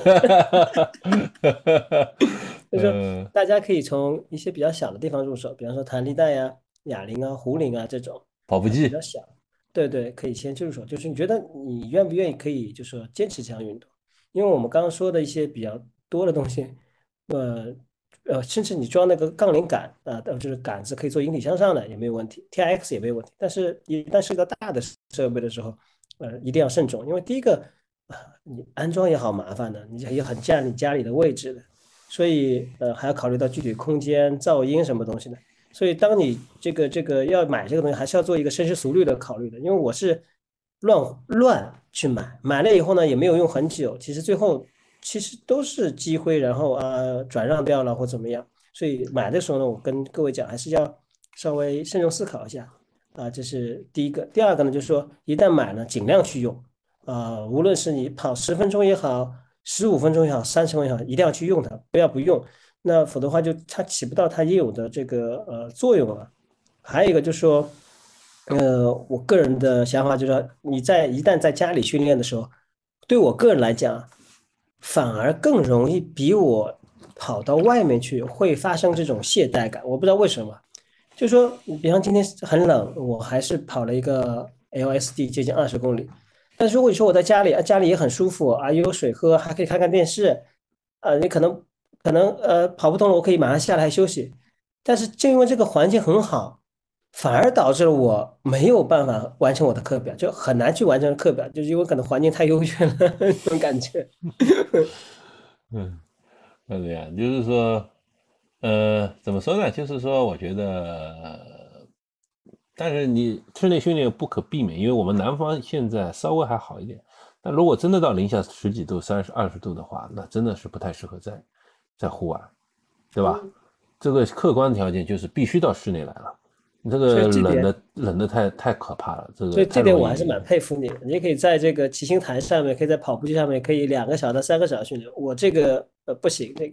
就是说大家可以从一些比较小的地方入手，比方说弹力带呀、哑铃啊、壶铃啊这种跑步机， 比较小，对对，可以先入手。就是你觉得你愿不愿意可以，就是说坚持这项运动？因为我们刚刚说的一些比较多的东西，呃呃，甚至你装那个杠铃杆啊，呃，就是杆子可以做引体向上的也没有问题 ，T R X 也没有问题。但是，一旦涉及到大的设备的时候，呃，一定要慎重，因为第一个。啊，你安装也好麻烦的，你也很占你家里的位置的，所以呃还要考虑到具体空间、噪音什么东西的。所以当你这个这个要买这个东西，还是要做一个深思熟虑的考虑的。因为我是乱乱去买，买了以后呢也没有用很久，其实最后其实都是积灰，然后啊转让掉了或怎么样。所以买的时候呢，我跟各位讲，还是要稍微慎重思考一下啊，这是第一个。第二个呢，就是说一旦买了，尽量去用。啊、呃，无论是你跑十分钟也好，十五分钟也好，三十分钟也好，一定要去用它，不要不用，那否则的话就它起不到它应有的这个呃作用了。还有一个就是说，呃，我个人的想法就是说，你在一旦在家里训练的时候，对我个人来讲，反而更容易比我跑到外面去会发生这种懈怠感。我不知道为什么，就说比方今天很冷，我还是跑了一个 L S D 接近二十公里。但是如果你说我在家里啊，家里也很舒服啊，又有水喝，还可以看看电视，啊，你可能可能呃跑不动了，我可以马上下来休息。但是正因为这个环境很好，反而导致了我没有办法完成我的课表，就很难去完成课表，就是因为可能环境太优越了那种感觉。 嗯，那这样就是说，呃，怎么说呢？就是说，我觉得，但是你室内训练不可避免，因为我们南方现在稍微还好一点。但如果真的到零下十几度、三十二十度的话，那真的是不太适合在在户外，对吧？嗯、这个客观条件就是必须到室内来了。你这个冷的冷的太太可怕了，这个所以这点我还是蛮佩服你的。你可以在这个骑行台上面，可以在跑步机上面，可以两个小时到三个小时训练。我这个呃不行，这个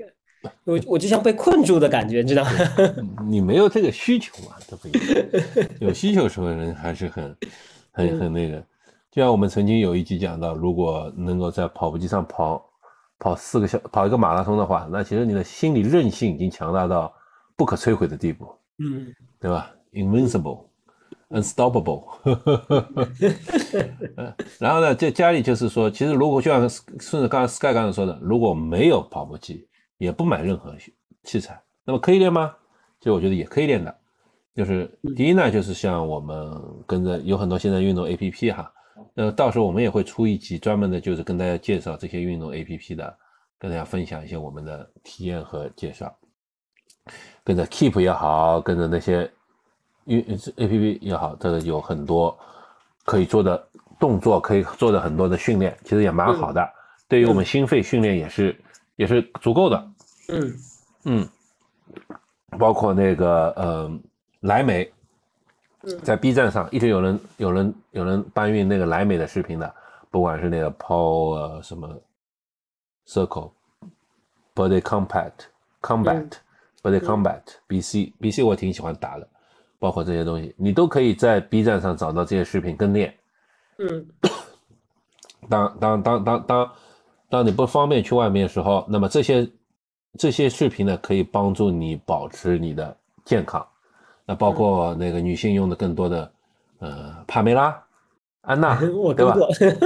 我我就像被困住的感觉，知道吗？ 你没有这个需求嘛，这不一样。有需求时候人还是很很很那个。就像我们曾经有一集讲到，如果能够在跑步机上跑跑四个小跑一个马拉松的话，那其实你的心理韧性已经强大到不可摧毁的地步， 嗯， 对吧 ？Invincible。Unstoppable 然后呢，在家里就是说，其实如果就像顺着刚才 Sky 刚才说的，如果没有跑步机，也不买任何器材，那么可以练吗？其实我觉得也可以练的。就是第一呢，就是像我们跟着有很多现在运动 A P P 哈，那到时候我们也会出一集专门的，就是跟大家介绍这些运动 A P P 的，跟大家分享一些我们的体验和介绍。跟着 Keep 也好，跟着那些 A P P 也好，这个有很多可以做的动作，可以做的很多的训练，其实也蛮好的。嗯、对于我们心肺训练也是、嗯、也是足够的。 嗯嗯，包括那个呃莱美，在 B 站上一直有人有人有人搬运那个莱美的视频的，不管是那个 Power 什么 Circle、Body Combat、Combat、Body Combat、B C、B C 我挺喜欢打的，包括这些东西，你都可以在 B 站上找到这些视频跟练。 嗯， 当当当当当当你不方便去外面的时候，那么这些这些视频呢，可以帮助你保持你的健康。那包括那个女性用的更多的，呃，帕梅拉、安娜， 我对吧？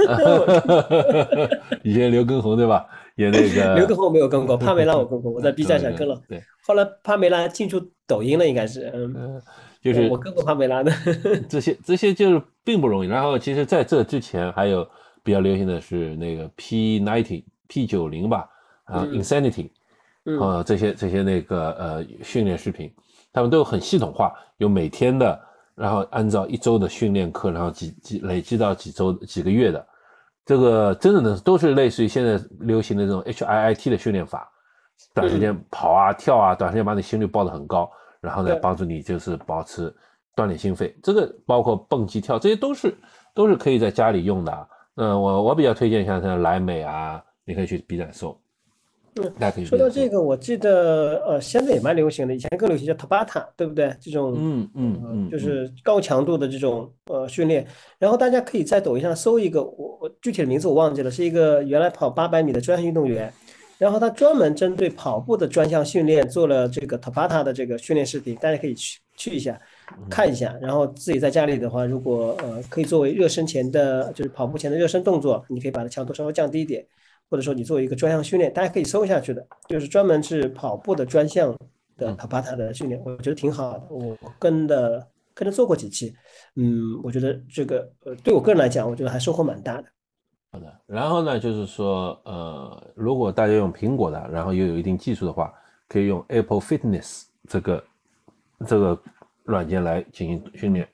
以前刘畊宏对吧？也那个刘畊宏没有跟过，帕梅拉我跟过，我在 B 站上跟了。 对， 后来帕梅拉进驻抖音了，应该是，嗯， 呃、就是我跟过帕梅拉的。 这些这些就是并不容易。然后其实在这之前还有比较流行的是那个 P 九十、P 九十 吧，啊、嗯、，Insanity， 啊、呃，这些这些那个呃训练视频。他们都很系统化，有每天的，然后按照一周的训练课，然后几几累积到几周几个月的，这个真的呢都是类似于现在流行的这种 H I I T 的训练法，短时间跑啊、嗯、跳啊，短时间把你心率报得很高，然后呢帮助你就是保持锻炼心肺，这个包括蹦极跳，这些都是都是可以在家里用的。嗯、呃，我我比较推荐像像莱美啊，你可以去 B 站搜。 嗯，说到这个，我记得呃，现在也蛮流行的，以前更流行叫 Tabata， 对不对？这种嗯嗯嗯、 呃，就是高强度的这种呃训练。然后大家可以在抖音上搜一个，我我具体的名字我忘记了，是一个原来跑八百米的专项运动员，然后他专门针对跑步的专项训练做了这个 Tabata 的这个训练视频，大家可以去去一下看一下。然后自己在家里的话，如果呃可以作为热身前的，就是跑步前的热身动作，你可以把它强度稍微降低一点。或者说你作为一个专项训练，大家可以搜下去的，就是专门是跑步的专项的 Tabata 的训练，我觉得挺好的。我跟的跟着做过几期，嗯，我觉得这个呃对我个人来讲，我觉得还收获蛮大的。 好的，然后呢，就是说，呃，如果大家用苹果的，然后又有一定技术的话，可以用 Apple Fitness 这个这个软件来进行训练。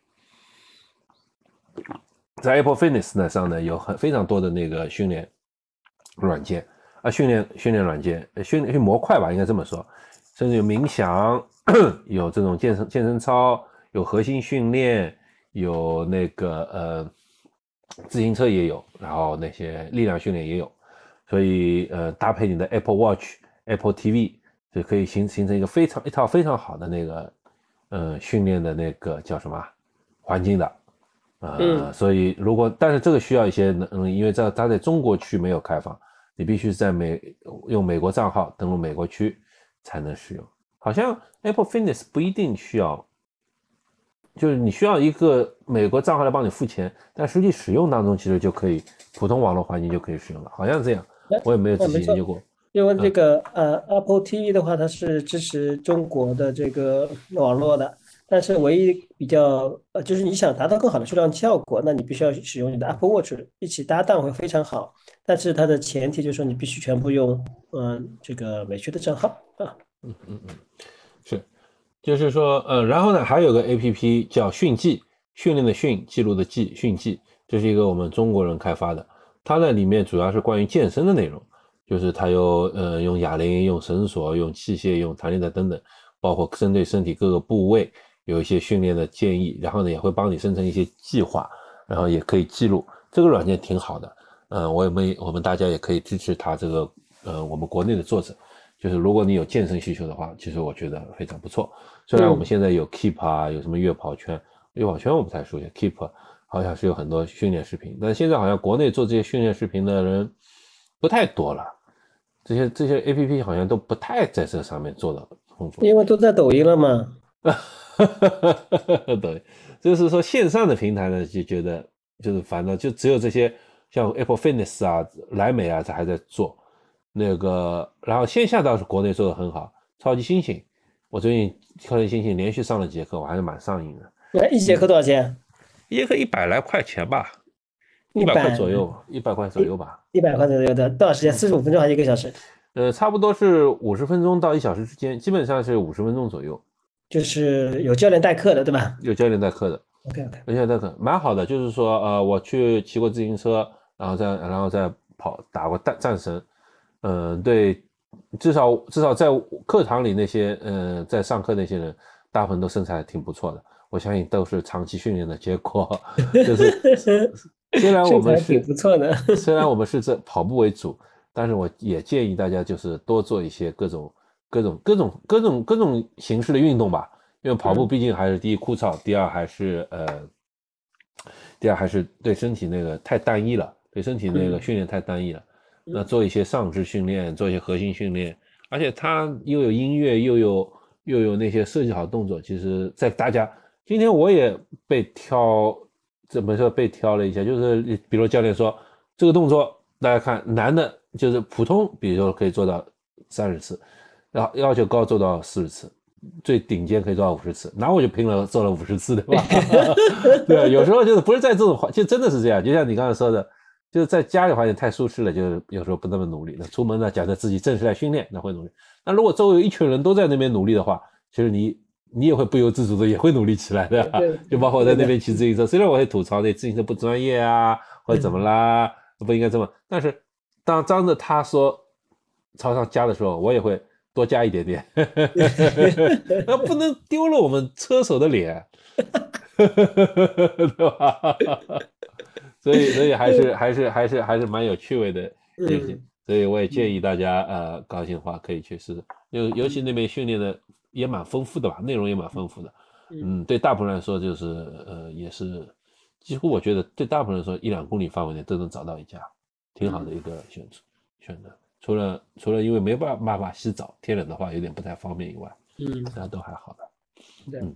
在 Apple Fitness 呢上呢，有很非常多的那个训练软件啊，训练训练软件，训练模块吧，应该这么说，甚至有冥想，有这种健身健身操，有核心训练，有那个呃自行车也有，然后那些力量训练也有，所以呃搭配你的 Apple Watch、Apple T V， 就可以形形成一个非常一套非常好的那个呃训练的那个叫什么环境的。呃、嗯，所以如果但是这个需要一些，嗯，因为这它在中国区没有开放，你必须在美用美国账号登录美国区才能使用。好像 Apple Fitness 不一定需要，就是你需要一个美国账号来帮你付钱，但实际使用当中其实就可以普通网络环境就可以使用了，好像是这样，我也没有仔细研究过。 因为这个、嗯、呃 Apple T V 的话，它是支持中国的这个网络的。但是唯一比较呃，就是你想达到更好的数量效果，那你必须要使用你的 Apple Watch 一起搭档会非常好。但是它的前提就是说你必须全部用嗯、呃、这个美区的账号啊。 嗯嗯嗯，是，就是说呃，然后呢还有个 A P P 叫训记，训练的训，记录的记，训记，这是一个我们中国人开发的，它呢里面主要是关于健身的内容，就是它有呃用哑铃、用绳索、用器械、用弹力带等等，包括针对身体各个部位。有一些训练的建议，然后呢也会帮你生成一些计划，然后也可以记录。这个软件挺好的，嗯、呃，我们我们大家也可以支持它这个，呃，我们国内的作者就是如果你有健身需求的话，其实我觉得非常不错。虽然我们现在有 Keep 啊，有什么悦跑圈，悦跑圈我不太熟悉 ，Keep 好像是有很多训练视频，但现在好像国内做这些训练视频的人不太多了，这些这些 A P P 好像都不太在这上面做的丰富， 因为都在抖音了嘛。 对，就是说线上的平台呢，就觉得就是反正就只有这些像 Apple Fitness 啊、莱美啊，这还在做那个，然后线下倒是国内做的很好，超级猩猩，我最近超级猩猩连续上了节课，我还是蛮上瘾的， 那一节课多少钱？ 一节课一百来块钱吧，一百块一百左右，一百块左右吧， 一百块左右的，多少时间？四十五分钟还是一个小时？ 呃，差不多是五十分钟到一小时之间，基本上是五十分钟左右， 就是有教练代课的，对吧有教练代课的。 ？OK OK。 而且那个蛮好的，就是说，呃，我去骑过自行车，然后再然后再跑打过战战神，嗯、呃，对，至少至少在课堂里那些，呃，在上课那些人，大部分都身材挺不错的，我相信都是长期训练的结果。就是虽然我身材挺们是不错的。 虽然我们是这跑步为主，但是我也建议大家就是多做一些各种各种各种各种各种形式的运动吧。因为跑步毕竟还是第一枯燥，第二还是呃，第二还是对身体那个太单一了，对身体那个训练太单一了。那做一些上肢训练，做一些核心训练，而且它又有音乐，又有又有那些设计好动作。其实，在大家今天我也被挑，怎么说被挑了一下，就是比如教练说这个动作，大家看难的就是普通，比如说可以做到三十次，然后要求高做到四十次。最顶尖可以做到五十次，那我就拼了做了五十次，对吧？对，有时候就是不是在这种环，就真的是这样，就像你刚才说的，就是在家里环境太舒适了，就是有时候不那么努力。那出门呢，假设自己正式来训练，那会努力。那如果周围有一群人都在那边努力的话，其实你你也会不由自主的也会努力起来的。 对， 就包括我在那边骑自行车，虽然我会吐槽那自行车不专业啊，或者怎么啦，不应该这么，但是当张着他说朝上加的时候，我也会多加一点点，那不能丢了我们车手的脸，对吧？所以，所以还是还是还是还是蛮有趣味的游戏，所以我也建议大家呃高兴的话可以去试试，尤尤其那边训练的也蛮丰富的吧，内容也蛮丰富的，嗯，对大部分人来说就是呃也是几乎我觉得对大部分人来说一两公里范围内都能找到一家挺好的一个选择选择。除了除了因为没办法洗澡，天冷的话有点不太方便以外， 嗯， 其他都还好的。 对， 嗯，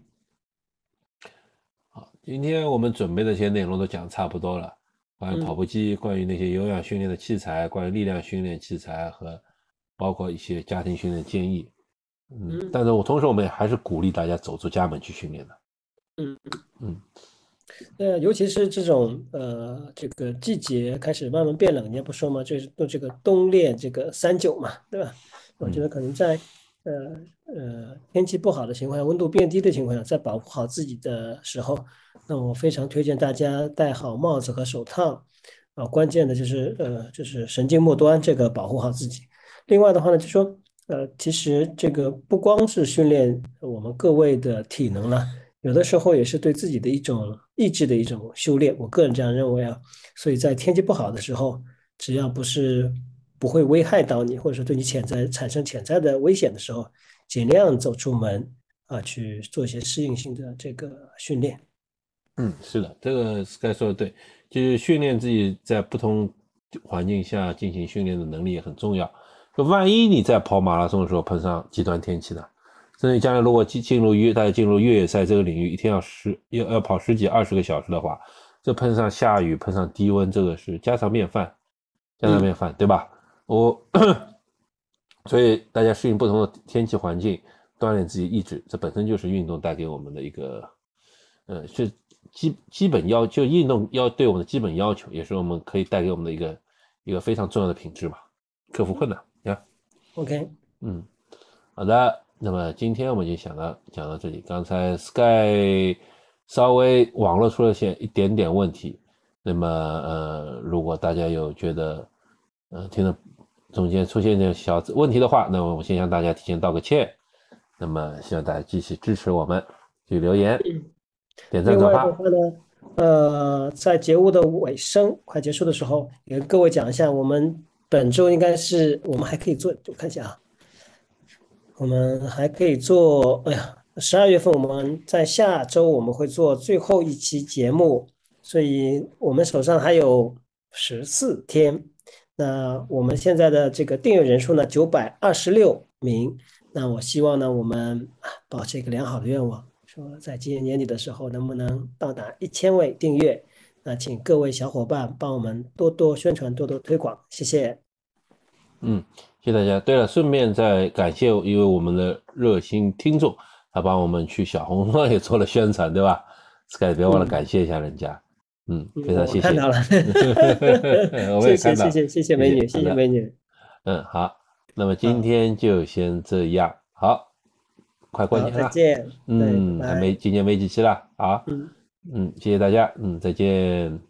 好，今天我们准备的一些内容都讲差不多了，关于跑步机，关于那些有氧训练的器材，关于力量训练器材和包括一些家庭训练建议。嗯，但是我同时我们也还是鼓励大家走出家门去训练的。 嗯嗯， 呃，尤其是这种呃，这个季节开始慢慢变冷，人家不说嘛，就是做这个冬练这个三九嘛，对吧？我觉得可能在呃呃天气不好的情况下，温度变低的情况下，在保护好自己的时候，那我非常推荐大家戴好帽子和手套啊，关键的就是呃就是神经末端这个保护好自己。另外的话呢，就说呃，其实这个不光是训练我们各位的体能了。有的时候也是对自己的一种意志的一种修炼，我个人这样认为啊。所以在天气不好的时候，只要不是不会危害到你，或者说对你潜在产生潜在的危险的时候，尽量走出门啊，去做一些适应性的这个训练。 嗯，是的，这个 Sky 说的对，就是训练自己在不同环境下进行训练的能力也很重要。就万一你在跑马拉松的时候碰上极端天气呢？甚至将来如果进进入越大家进入越野赛这个领域，一天要十要要跑十几二十个小时的话，这碰上下雨碰上低温，这个是家常便饭，家常便饭，对吧？我所以大家适应不同的天气环境，锻炼自己意志，这本身就是运动带给我们的一个，呃，是基基本要就运动要对我们的基本要求，也是我们可以带给我们的一个一个非常重要的品质嘛，克服困难呀。 OK， 嗯，好的，那么今天我们就讲到讲到这里。刚才 Sky 稍微网络出了些一点点问题，那么呃，如果大家有觉得呃听的中间出现一点小问题的话，那么我先向大家提前道个歉。那么希望大家继续支持我们，继续留言、点赞、 另外的转发。 话呢，呃，在节目的尾声快结束的时候，也跟各位讲一下，我们本周应该是我们还可以做，我看一下啊。 我们还可以做，哎呀，十二月份我们在下周我们会做最后一期节目，所以我们手上还有十四天。那我们现在的这个订阅人数呢，九百二十六名。那我希望呢，我们啊保持一个良好的愿望，说在今年年底的时候，能不能到达一千位订阅？那请各位小伙伴帮我们多多宣传，多多推广，谢谢。 嗯，谢谢大家。对了，顺便再感谢一位我们的热心听众，他帮我们去小红书上也做了宣传，对吧？Sky，别忘了嗯感谢一下人家。嗯， 嗯， 非常谢谢。 我看到了， 我们谢也看到， 谢谢谢谢谢谢谢， 美女，谢好的。 谢美女。 嗯，好，那么今好， 天就先这样。好，快过好，再年了。 见。对，拜嗯，还没， 拜。 今年没几期了。好， 嗯。 嗯，谢谢大家。嗯，再见。